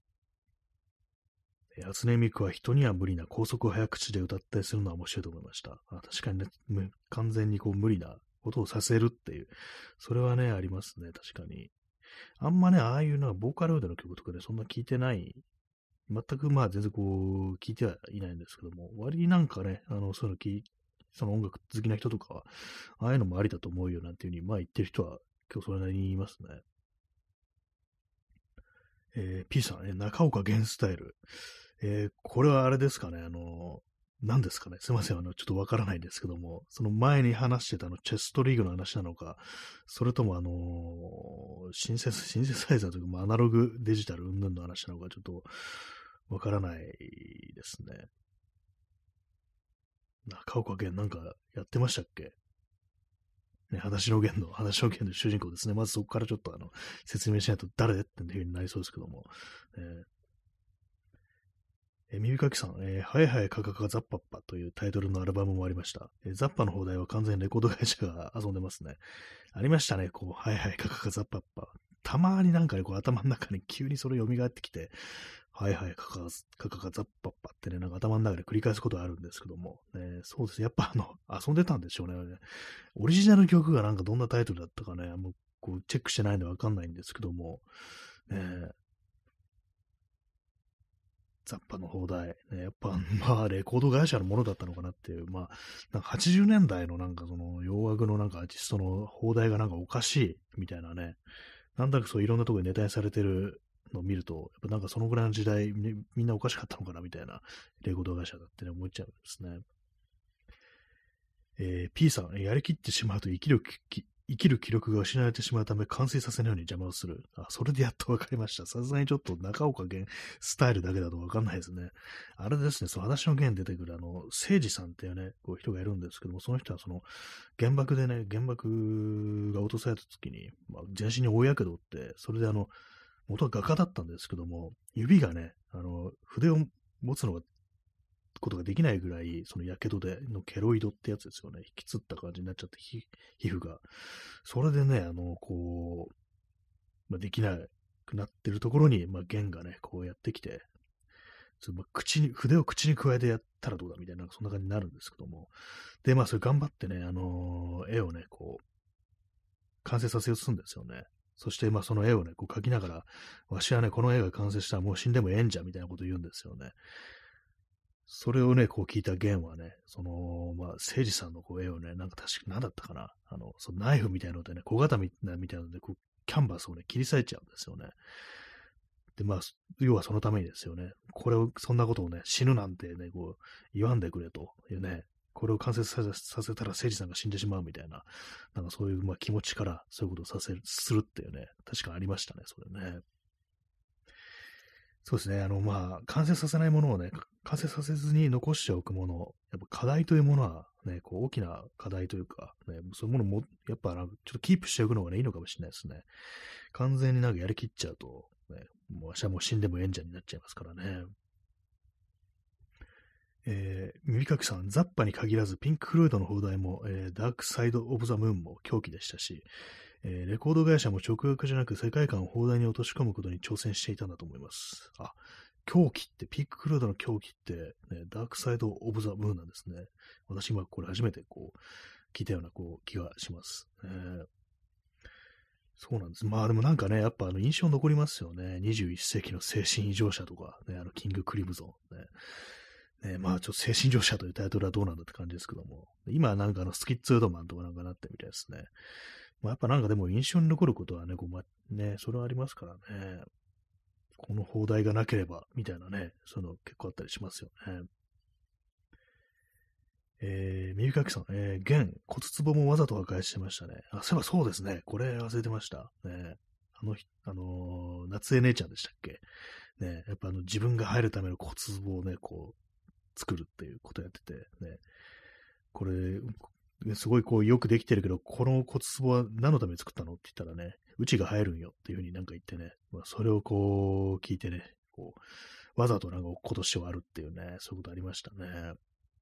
初音ミクは人には無理な高速早口で歌ったりするのは面白いと思いました。あ、確かにね、完全にこう無理なことをさせるっていう、それはね、ありますね、確かに。あんまね、ああいうのはボーカロイドの曲とかでそんな聞いてない、全くまあ全然こう、聞いてはいないんですけども、割になんかね、あの、そういうの聞いその音楽好きな人とかは、ああいうのもありだと思うよなんていうふうに、まあ言ってる人は今日それなりに言いますね。えー、P さん、ね、中岡源スタイル。 えー、これはあれですかね、あの、何ですかね、すいません、あの、ちょっとわからないんですけども、その前に話してたあの、チェストリーグの話なのか、それともあのーシンセス、シンセサイザーというか、まあアナログデジタル云々の話なのか、ちょっとわからないですね。中岡源なんかやってましたっけね、裸足の弦の、裸足の弦の主人公ですね。まずそこからちょっとあの、説明しないと誰っていう風になりそうですけども。えーえー耳かきさん、えー、はいはいカカカザッパッパというタイトルのアルバムもありました。えーザッパの放題は完全にレコード会社が遊んでますね。ありましたね、こう、はいはいカカカザッパッパ。たまになんかね、こう頭の中に急にそれ蘇ってきて、はいはいカカカカカザッパッパってね、なんか頭の中で繰り返すことがあるんですけども、ね、そうですね、やっぱあの、遊んでたんでしょうね。オリジナル曲がなんかどんなタイトルだったかね、もうこうチェックしてないんでわかんないんですけども、ね、ザッパの放題、ね、やっぱ、まあ、レコード会社のものだったのかなっていう、まあ、なんかはちじゅうねんだいのなんかその洋楽のなんかアーティストの放題がなんかおかしいみたいなね、なんだかそういろんなところでネタにされてるのを見ると、やっぱなんかそのぐらいの時代み、みんなおかしかったのかなみたいなレコード会社だってね、思っちゃうんですね。えー、P さん、やりきってしまうと生きる気、生きる気力が失われてしまうため完成させないように邪魔をする。あ、それでやっとわかりました。さすがにちょっと中岡源スタイルだけだとわかんないですね。あれですね、その話の源出てくるあの、聖司さんっていうね、こう人がいるんですけども、その人はその原爆でね、原爆が落とされた時に、まあ、全身に大やけどって、それであの、元は画家だったんですけども、指がね、あの、筆を持つのがことができないぐらい、その火傷でのケロイドってやつですよね。引きつった感じになっちゃって、皮膚が。それでね、あの、こう、まあ、できなくなってるところに、まあ、弦がね、こうやってきて、そまあ、口に、筆を口に加えてやったらどうだみたいな、そんな感じになるんですけども。で、まあ、それ頑張ってね、あのー絵をね、こう、完成させようとするんですよね。そして、まあ、その絵をね、こう描きながら、わしはね、この絵が完成したらもう死んでもええんじゃ、みたいなことを言うんですよね。それをね、こう聞いた弦はね、その、まあ、聖司さんのこう絵をね、なんか確か、なんだったかな、あの、そのナイフみたいなのでね、小型みたいなので、こう、キャンバスをね、切り裂いちゃうんですよね。で、まあ、要はそのためにですよね。これを、そんなことをね、死ぬなんてね、こう、言わんでくれというね、これを完成させさせたら聖司さんが死んでしまうみたいな、なんかそういう、まあ、気持ちからそういうことをさせる、するっていうね、確かありましたね、それね。そうですね。あの、まあ、完成させないものをね、完成させずに残しておくもの、やっぱ課題というものはね、こう大きな課題というか、ね、そういうものも、やっぱなんかちょっとキープしておくのがね、いいのかもしれないですね。完全になんかやりきっちゃうと、ね、もう明日もう死んでも演者になっちゃいますからね。えー、耳かきさん、ザッパに限らず、ピンク・フロイドの放題も、えー、ダークサイド・オブ・ザ・ムーンも狂気でしたし、えーレコード会社も直訳じゃなく世界観を放題に落とし込むことに挑戦していたんだと思います。あ、狂気って、ピーククルードの狂気って、ね、ダークサイド・オブ・ザ・ムーンなんですね。私今これ初めてこう、聞いたようなこう気がします。えーそうなんです。まあでもなんかね、やっぱあの印象残りますよね。にじゅういっ世紀の精神異常者とか、ね、あのキング・クリムゾン、ね。ね、まあちょっと精神異常者というタイトルはどうなんだって感じですけども、今はなんかあのスキッツードマンとかなんかなってみたいですね。まあ、やっぱなんかでも印象に残ることはね、こうま、ね、それはありますからね。この放題がなければ、みたいなね、そういうの結構あったりしますよね。えー、耳かきさん、えー、弦、骨壺もわざと破壊してましたね。あ、そういえばそうですね。これ忘れてました。ね、あの、あのー夏江姉ちゃんでしたっけね、やっぱあの自分が入るための骨壺をね、こう、作るっていうことをやってて、ね、これ、すごいこうよくできてるけど、この骨壺は何のために作ったのって言ったらね、うちが入るんよっていうふうになんか言ってね、まあ、それをこう聞いてね、こう、わざとなんか落っことして割るっていうね、そういうことありましたね。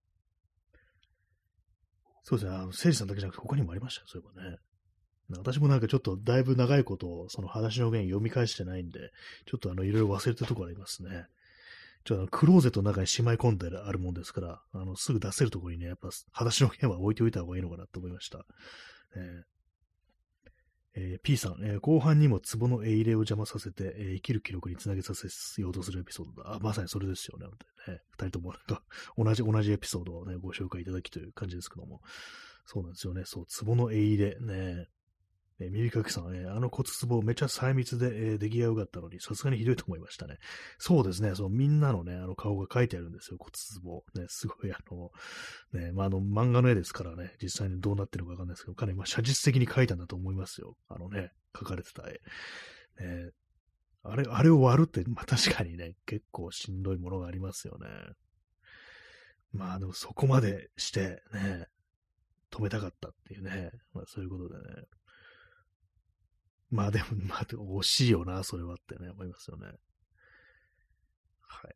そうですね、あの、聖司さんだけじゃなくて他にもありましたよ、そういえばね。私もなんかちょっとだいぶ長いことをその話の源読み返してないんで、ちょっとあの、いろいろ忘れてるところありますね。ちょっとあのクローゼットの中にしまい込んであるもんですから、あの、すぐ出せるところにね、やっぱ、裸足の弦は置いておいた方がいいのかなと思いました。えーえー P さん、えー後半にも壺の絵入れを邪魔させて、えー生きる記録につなげさせようとするエピソードだ。あ、まさにそれですよね。本当にね、二人ともなんか同じ、同じエピソードをね、ご紹介いただきという感じですけども。そうなんですよね。そう、壺の絵入れね。 えー耳かきさん、えーあの骨壺めちゃ細密で、えー出来が良かったのに、さすがにひどいと思いましたね。そうですね、そのみんなのね、あの顔が描いてあるんですよ、骨壺。ね、すごいあの、ね、まあ、あの、漫画の絵ですからね、実際にどうなってるのかわかんないですけど、かなりまあ写実的に描いたんだと思いますよ。あのね、描かれてた絵。ね、あれ、あれを割るって、まあ確かにね、結構しんどいものがありますよね。まあでもそこまでしてね、止めたかったっていうね、まあそういうことでね。まあでも、まあ惜しいよな、それはってね、思いますよね。はい。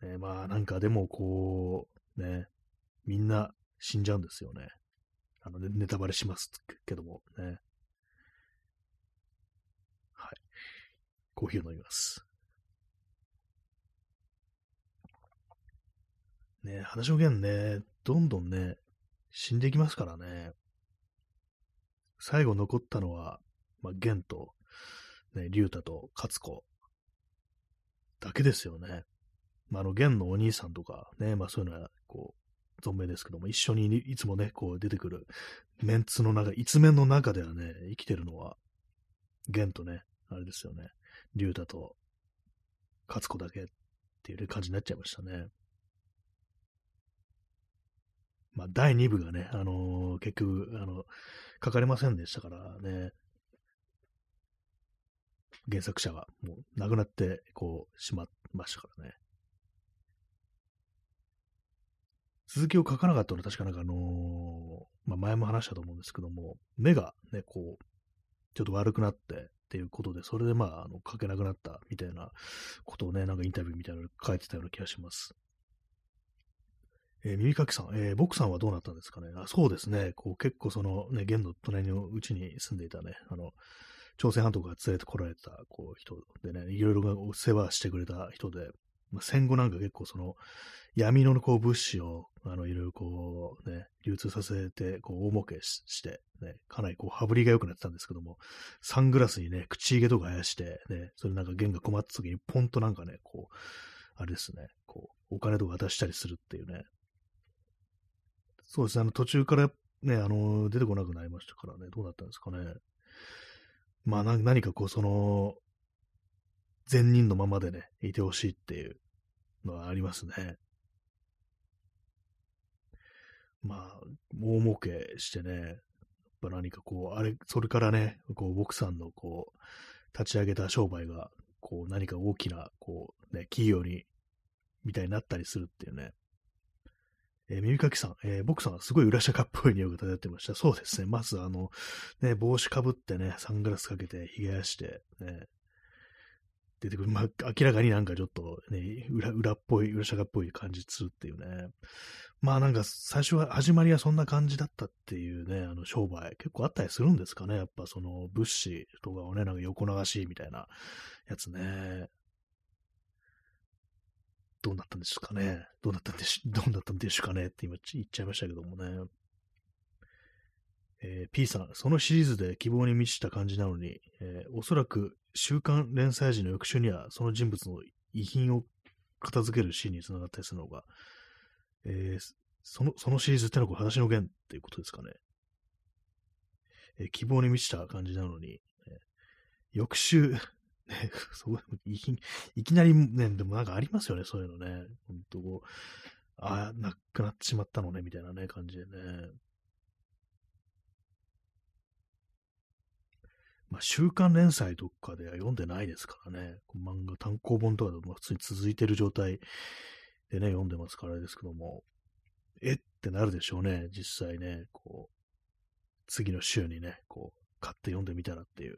ね、まあなんかでもこう、ね、みんな死んじゃうんですよね。あのね、ネタバレしますけどもね。はい。コーヒーを飲みます。ね、話の弦ね、どんどんね、死んでいきますからね。最後残ったのは、まあ、玄と、ね、竜太と勝子だけですよね。まあ、あの、玄のお兄さんとかね、まあそういうのは、こう、存命ですけども、一緒にいつもね、こう出てくるメンツの中、一面の中ではね、生きてるのは、玄とね、あれですよね、竜太と勝子だけっていう感じになっちゃいましたね。まあ、だいに部がね、あのー結局、あの、書かれませんでしたからね、原作者はもう亡くなって、こう、しまいましたからね。続きを書かなかったのは確かなんかあのーまあ、前も話したと思うんですけども、目がね、こう、ちょっと悪くなってっていうことで、それでまあ、あの、書けなくなったみたいなことをね、なんかインタビューみたいなの書いてたような気がします。えー耳かきさん、えー、僕さんはどうなったんですかね。あ、そうですね、こう結構そのね、現の隣のうちに住んでいたね、あの、朝鮮半島から連れてこられたこう人でね、いろいろお世話してくれた人で、まあ、戦後なんか結構その闇のこう物資をあのいろいろこうね、流通させてこう大儲けしして、ね、かなりこう羽振りが良くなってたんですけども、サングラスにね、口ひげとか生やして、ね、それなんか弦が困った時にポンとなんかね、こう、あれですね、こう、お金とか渡したりするっていうね、そうですね、あの途中からね、あの、出てこなくなりましたからね、どうなったんですかね。まあな何かこう、その、善人のままでね、いてほしいっていうのはありますね。まあ、大儲けしてね、やっぱ何かこう、あれ、それからね、こう、奥さんのこう、立ち上げた商売が、こう、何か大きな、こう、ね、企業に、みたいになったりするっていうね。えー耳かきさん、えー、僕さんはすごい裏社会っぽい匂いが漂ってました。そうですね。まず、あの、ね、帽子かぶってね、サングラスかけて、髭やして、ね、出てくる。まあ、明らかになんかちょっとね、裏、裏っぽい、裏社会っぽい感じするっていうね。まあなんか最初は、始まりはそんな感じだったっていうね、あの商売結構あったりするんですかね。やっぱその物資とかをね、なんか横流しみたいなやつね。どうなったんですかね。どうなったんでし、どうなったんでしょうかねって今言っちゃいましたけどもね。えー、P さん、そのシリーズで希望に満ちた感じなのに、えーおそらく週刊連載時の翌週にはその人物の遺品を片付けるシーンにつながったりするのが、えーその、そのシリーズってのはこれ、裸足の弦っていうことですかね。えー希望に満ちた感じなのに、えー翌週、ね、そういき、いきなりね、でもなんかありますよね、そういうのね。ほんとこう、ああ、なくなってしまったのね、みたいなね、感じでね。まあ、週刊連載とかでは読んでないですからね。漫画、単行本とかでも普通に続いてる状態でね、読んでますからですけども、えってなるでしょうね、実際ね、こう、次の週にね、こう、買って読んでみたらっていう。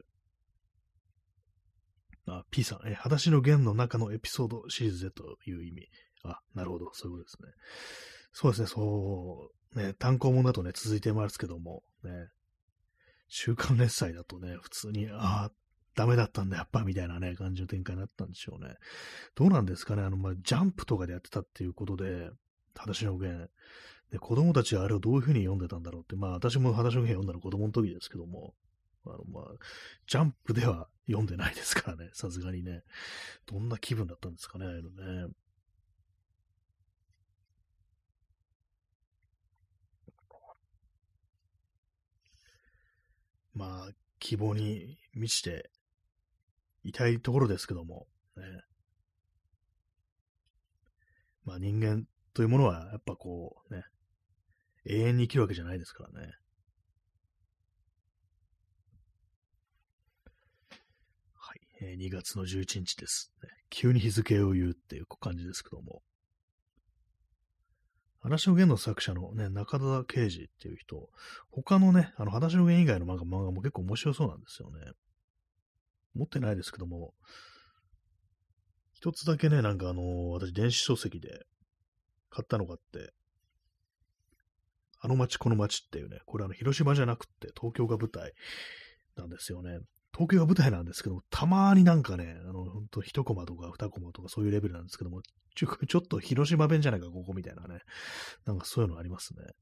あ、P さん、え、裸足の弦の中のエピソードシリーズでという意味。あ、なるほど、そういうことですね。そうですね、そう、ね、単行本だとね、続いてますけども、ね、週刊連載だとね、普通に、ああ、ダメだったんだ、やっぱ、みたいなね、感じの展開になったんでしょうね。どうなんですかね、あの、まあ、ジャンプとかでやってたっていうことで、裸足の弦。で、子供たちはあれをどういうふうに読んでたんだろうって、まあ、私も裸足の弦読んだの子供の時ですけども、あの、まあ、ジャンプでは読んでないですからね、さすがにね。どんな気分だったんですかね、ああいうのね。まあ、 希望に満ちていたいところですけども、ね。まあ人間というものは、やっぱこうね、永遠に生きるわけじゃないですからね。はい。えー、にがつのじゅういちにちです、ね。急に日付を言うっていう感じですけども。裸足の弦の作者のね、中田圭司っていう人、他のね、あの、裸足の弦以外の漫画漫画も結構面白そうなんですよね。持ってないですけども、一つだけね、なんかあのー私電子書籍で買ったのがあって、あの街この街っていうね、これあの、広島じゃなくって東京が舞台なんですよね。東京が舞台なんですけども、たまになんかね、あの、ほんと一コマとか二コマとかそういうレベルなんですけども、ちょ、ちょっと広島弁じゃないか、ここみたいなね。なんかそういうのありますね。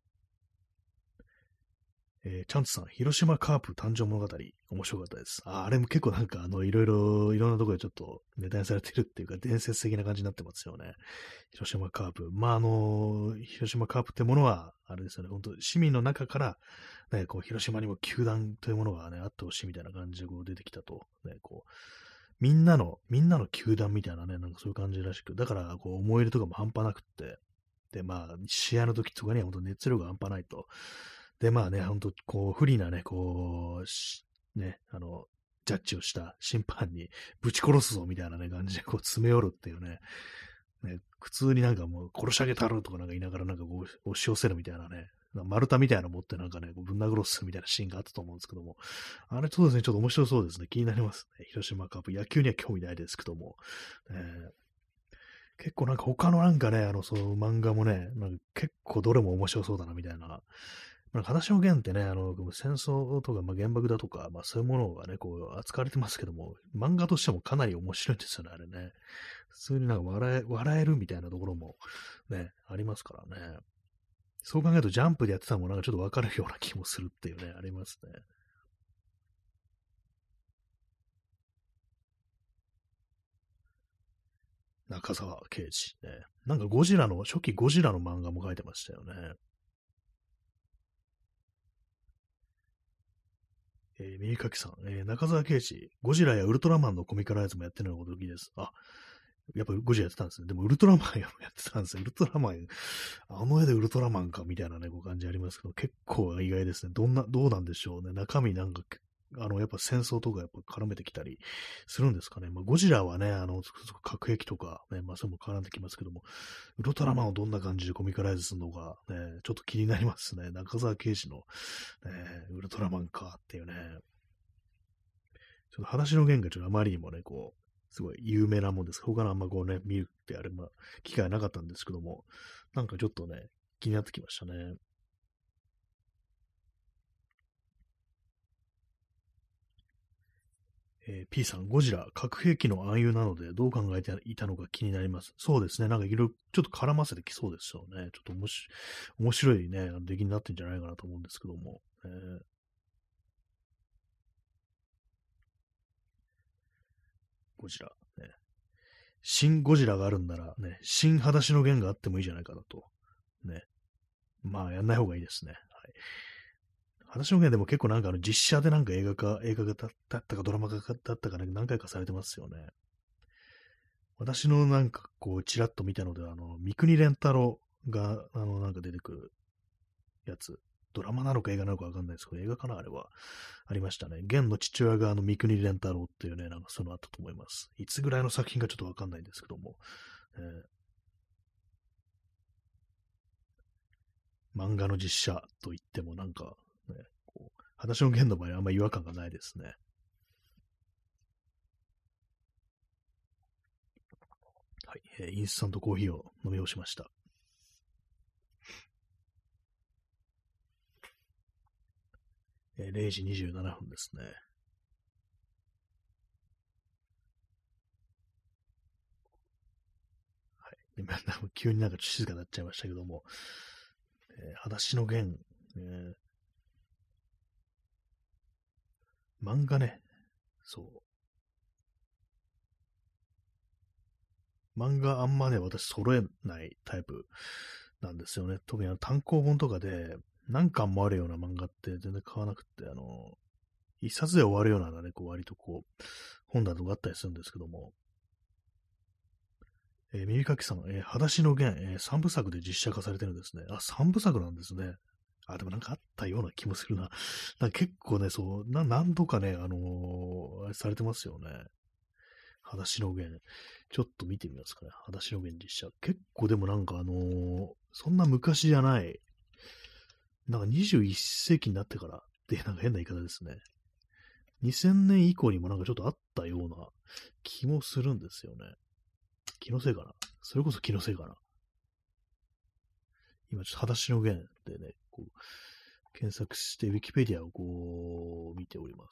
えー、チャンツさん、広島カープ誕生物語、面白かったです。あ、あれも結構なんか、あの、いろいろ、いろんなところでちょっとネタにされてるっていうか、伝説的な感じになってますよね。広島カープ。まあ、あの、広島カープってものは、あれですよね、本当市民の中から、ね、こう、広島にも球団というものがね、あってほしいみたいな感じでこう出てきたと。ね、こう、みんなの、みんなの球団みたいなね、なんかそういう感じらしく、だから、こう、思い入れとかも半端なくって、で、まあ、試合の時とかには本当熱量が半端ないと。で、まあね、ほんと、こう、不利なね、こう、ね、あの、ジャッジをした審判にぶち殺すぞみたいなね、感じでこう詰め寄るっていうね、ね、普通になんかもう殺し上げたるとかなんか言いながらなんかこう押し寄せるみたいなね、丸太みたいなの持ってなんかね、こうぶん殴ろうするみたいなシーンがあったと思うんですけども、あれそうですね、ちょっと面白そうですね。気になりますね。広島カープ。野球には興味ないですけども、えー結構なんか他のなんかね、あの、そう漫画もね、なんか結構どれも面白そうだなみたいな、まあ、裸足の弦ってね、あの、戦争とか、まあ、原爆だとか、まあ、そういうものがね、こう、扱われてますけども、漫画としてもかなり面白いんですよね、あれね。普通になんか笑え、笑えるみたいなところもね、ありますからね。そう考えると、ジャンプでやってたのもなんかちょっとわかるような気もするっていうね、ありますね。中沢啓治ね。なんかゴジラの、初期ゴジラの漫画も書いてましたよね。えー、右かきさん、えー、中沢啓治、ゴジラやウルトラマンのコミカライズもやってるのが驚きです。あ、やっぱゴジラやってたんですね。でもウルトラマンやってたんですよ。ウルトラマン、あの絵でウルトラマンかみたいなね、こう感じありますけど、結構意外ですね。どんな、どうなんでしょうね。中身なんか、あの、やっぱ戦争とかやっぱ絡めてきたりするんですかね。まあ、ゴジラはね、あの、核兵器とかね、まあ、それも絡んできますけども、ウルトラマンをどんな感じでコミカライズするのか、ね、ちょっと気になりますね。中沢啓治の、ね、ウルトラマンかっていうね。ちょっと裸足の弦がちょっとあまりにもね、こう、すごい有名なもんです。他のあんまこうね、見るってあれ、まあ、機会なかったんですけども、なんかちょっとね、気になってきましたね。えー P さん、ゴジラ、核兵器の暗喩なので、どう考えていたのか気になります。そうですね。なんかいろいろちょっと絡ませてきそうですよね。ちょっと面白い、面白いね、出来になってんじゃないかなと思うんですけども。えーゴジラ、ね。新ゴジラがあるんなら、ね、新裸足の弦があってもいいじゃないかなと。ね。まあ、やんない方がいいですね。はい。話の弦でも結構なんかあの実写でなんか映画化、映画化だったかドラマ化だったかね、何回かされてますよね。私のなんかこう、ちらっと見たのでは、あの、三國連太郎が、あの、なんか出てくるやつ。ドラマなのか映画なのかわかんないですけど、映画かなあれは。ありましたね。玄の父親があの、三國連太郎っていうね、なんかそういうのあったと思います。いつぐらいの作品かちょっとわかんないんですけども。えー漫画の実写と言ってもなんか、ね、こう、話の弦の場合はあんま違和感がないですね。はい、えーインスタントコーヒーを飲み干しました。えーれいじにじゅうななふんですね。はい。で急になんか静かになっちゃいましたけども、えー、裸足の弦、えー漫画ね、そう。漫画あんまね、私揃えないタイプなんですよね。特にあの単行本とかで何巻もあるような漫画って全然買わなくて、あの、 一冊で終わるようなね、こう割とこう、本などがあったりするんですけども、えー、耳かきさん、えー、裸足の弦、えー、三部作で実写化されてるんですね。あ、三部作なんですね。あ、でもなんかあったような気もするな。なんか結構ね、そう、な何度かね、あのー、あれされてますよね。裸足の弦。ちょっと見てみますかね。裸足の弦実写。結構でもなんかあのー、そんな昔じゃない、なんかにじゅういっ世紀になってからってなんか変な言い方ですね。にせんねん以降にもなんかちょっとあったような気もするんですよね。気のせいかな。それこそ気のせいかな。今ちょっと裸足の弦でね、こう検索してウィキペディアをこう見ております。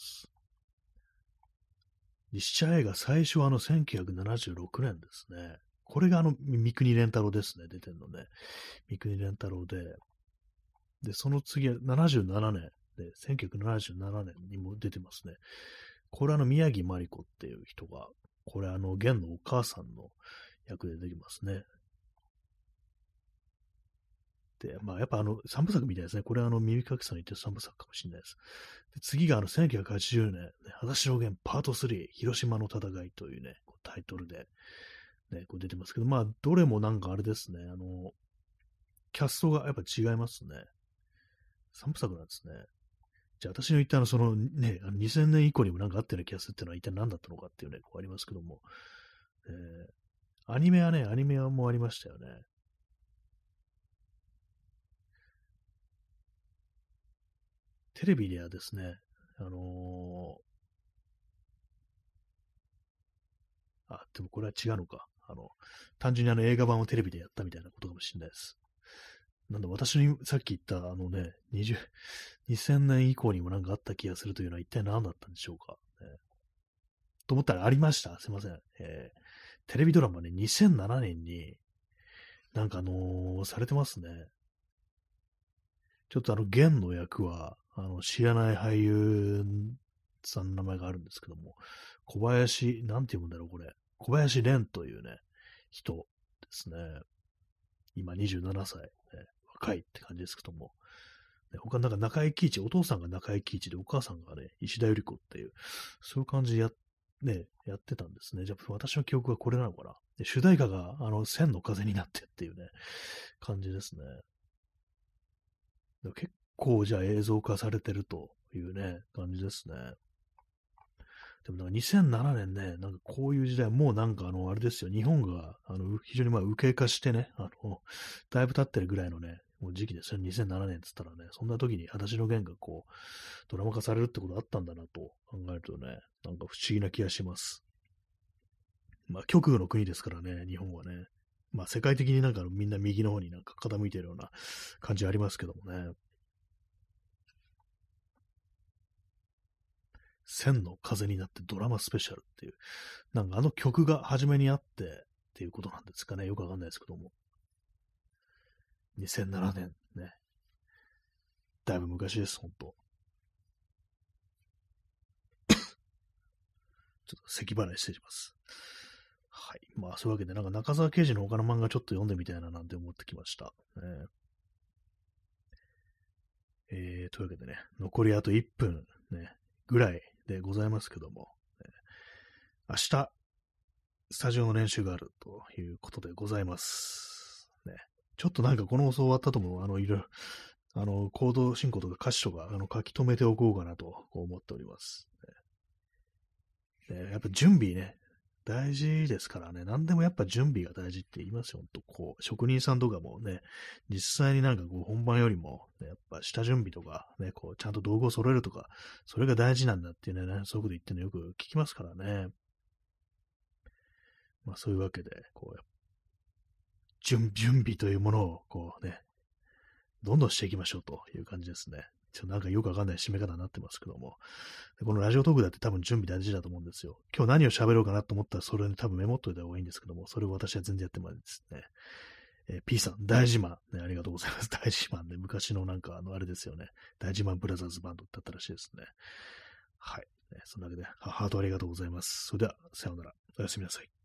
実写映画最初はあのせんきゅうひゃくななじゅうろくねんですね。これがあの三國連太郎ですね、出てんのね。三國連太郎で、で、その次はななじゅうななねんで、せんきゅうひゃくななじゅうななねんにも出てますね。これあの宮城まり子っていう人が、これあの源のお母さんの役で出てますね。で、まあやっぱあの三部作みたいですね。これはあの耳かきさんに言ってる三部作かもしれないです。で次があのせんきゅうひゃくはちじゅうねん、ね、裸足の弦パートスリー、広島の戦いというね、タイトルで、ね、こう出てますけど、まあどれもなんかあれですね、あの、キャストがやっぱ違いますね。三部作なんですね。じゃあ私の言ったあの、そのね、あのにせんねん以降にもなんかあったような気がするっていうのは一体何だったのかっていうね、こうありますけども、えー、アニメはね、アニメはもうありましたよね。テレビではですね、あのー、あ、でもこれは違うのか。あの、単純にあの映画版をテレビでやったみたいなことかもしれないです。なんだ、私にさっき言ったあのね、にじゅう、にせんねん以降にもなんかあった気がするというのは一体何だったんでしょうか。ね、と思ったらありました。すいません。えー、テレビドラマね、にせんななねんになんかあのー、されてますね。ちょっとあの、弦の役は、あの、知らない俳優さんの名前があるんですけども、小林、なんて読むんだろう、これ。小林蓮というね、人ですね。今にじゅうななさい、ね。若いって感じですけども。ね、他なんか中井貴一、お父さんが中井貴一で、お母さんがね、石田ゆり子っていう、そういう感じでや、ね、やってたんですね。じゃあ、私の記憶はこれなのかな。で主題歌が、あの、千の風になってっていうね、感じですね。結構じゃあ映像化されてるというね、感じですね。でもなんかにせんななねんね、なんかこういう時代、もうなんかあの、あれですよ、日本があの非常にまあ右傾化してね、あの、だいぶ経ってるぐらいのね、もう時期ですよ、にせんななねんって言ったらね、そんな時に裸足の弦がこう、ドラマ化されるってことあったんだなと考えるとね、なんか不思議な気がします。まあ、極右の国ですからね、日本はね。まあ、世界的になんかみんな右の方になんか傾いてるような感じありますけどもね。千の風になってドラマスペシャルっていう、なんかあの曲が初めにあってっていうことなんですかね。よくわかんないですけども。にせんななねんね。だいぶ昔です、ほんと。ちょっと咳払い失礼します。はい。まあそういうわけで、なんか中沢啓治の他の漫画ちょっと読んでみたいななんて思ってきました。ね、えー、というわけでね、残りあといっぷんね、ぐらいでございますけども、ね、明日、スタジオの練習があるということでございます。ね、ちょっとなんかこの放送終わったとも、あの、いろいろ、あの、コード進行とか歌詞とか、あの、書き留めておこうかなとこう思っております。ね、ね、やっぱ準備ね、大事ですからね、何でもやっぱ準備が大事って言いますよ、ほんと。こう、職人さんとかもね、実際になんかこう、本番よりも、ね、やっぱ下準備とか、ね、こう、ちゃんと道具を揃えるとか、それが大事なんだっていうね、そういうこと言ってるのよく聞きますからね。まあそういうわけで、こう、準準備というものを、こうね、どんどんしていきましょうという感じですね。ちょっとなんかよくわかんない締め方になってますけども。このラジオトークだって多分準備大事だと思うんですよ。今日何を喋ろうかなと思ったらそれに多分メモっといた方がいいんですけども、それを私は全然やってないですね。えー、P さん、大自慢、ね。ありがとうございます。大自慢ね。昔のなんかあの、あれですよね。大自慢ブラザーズバンドってあったらしいですね。はい。ね、そんなわけで、ハートありがとうございます。それでは、さようなら。おやすみなさい。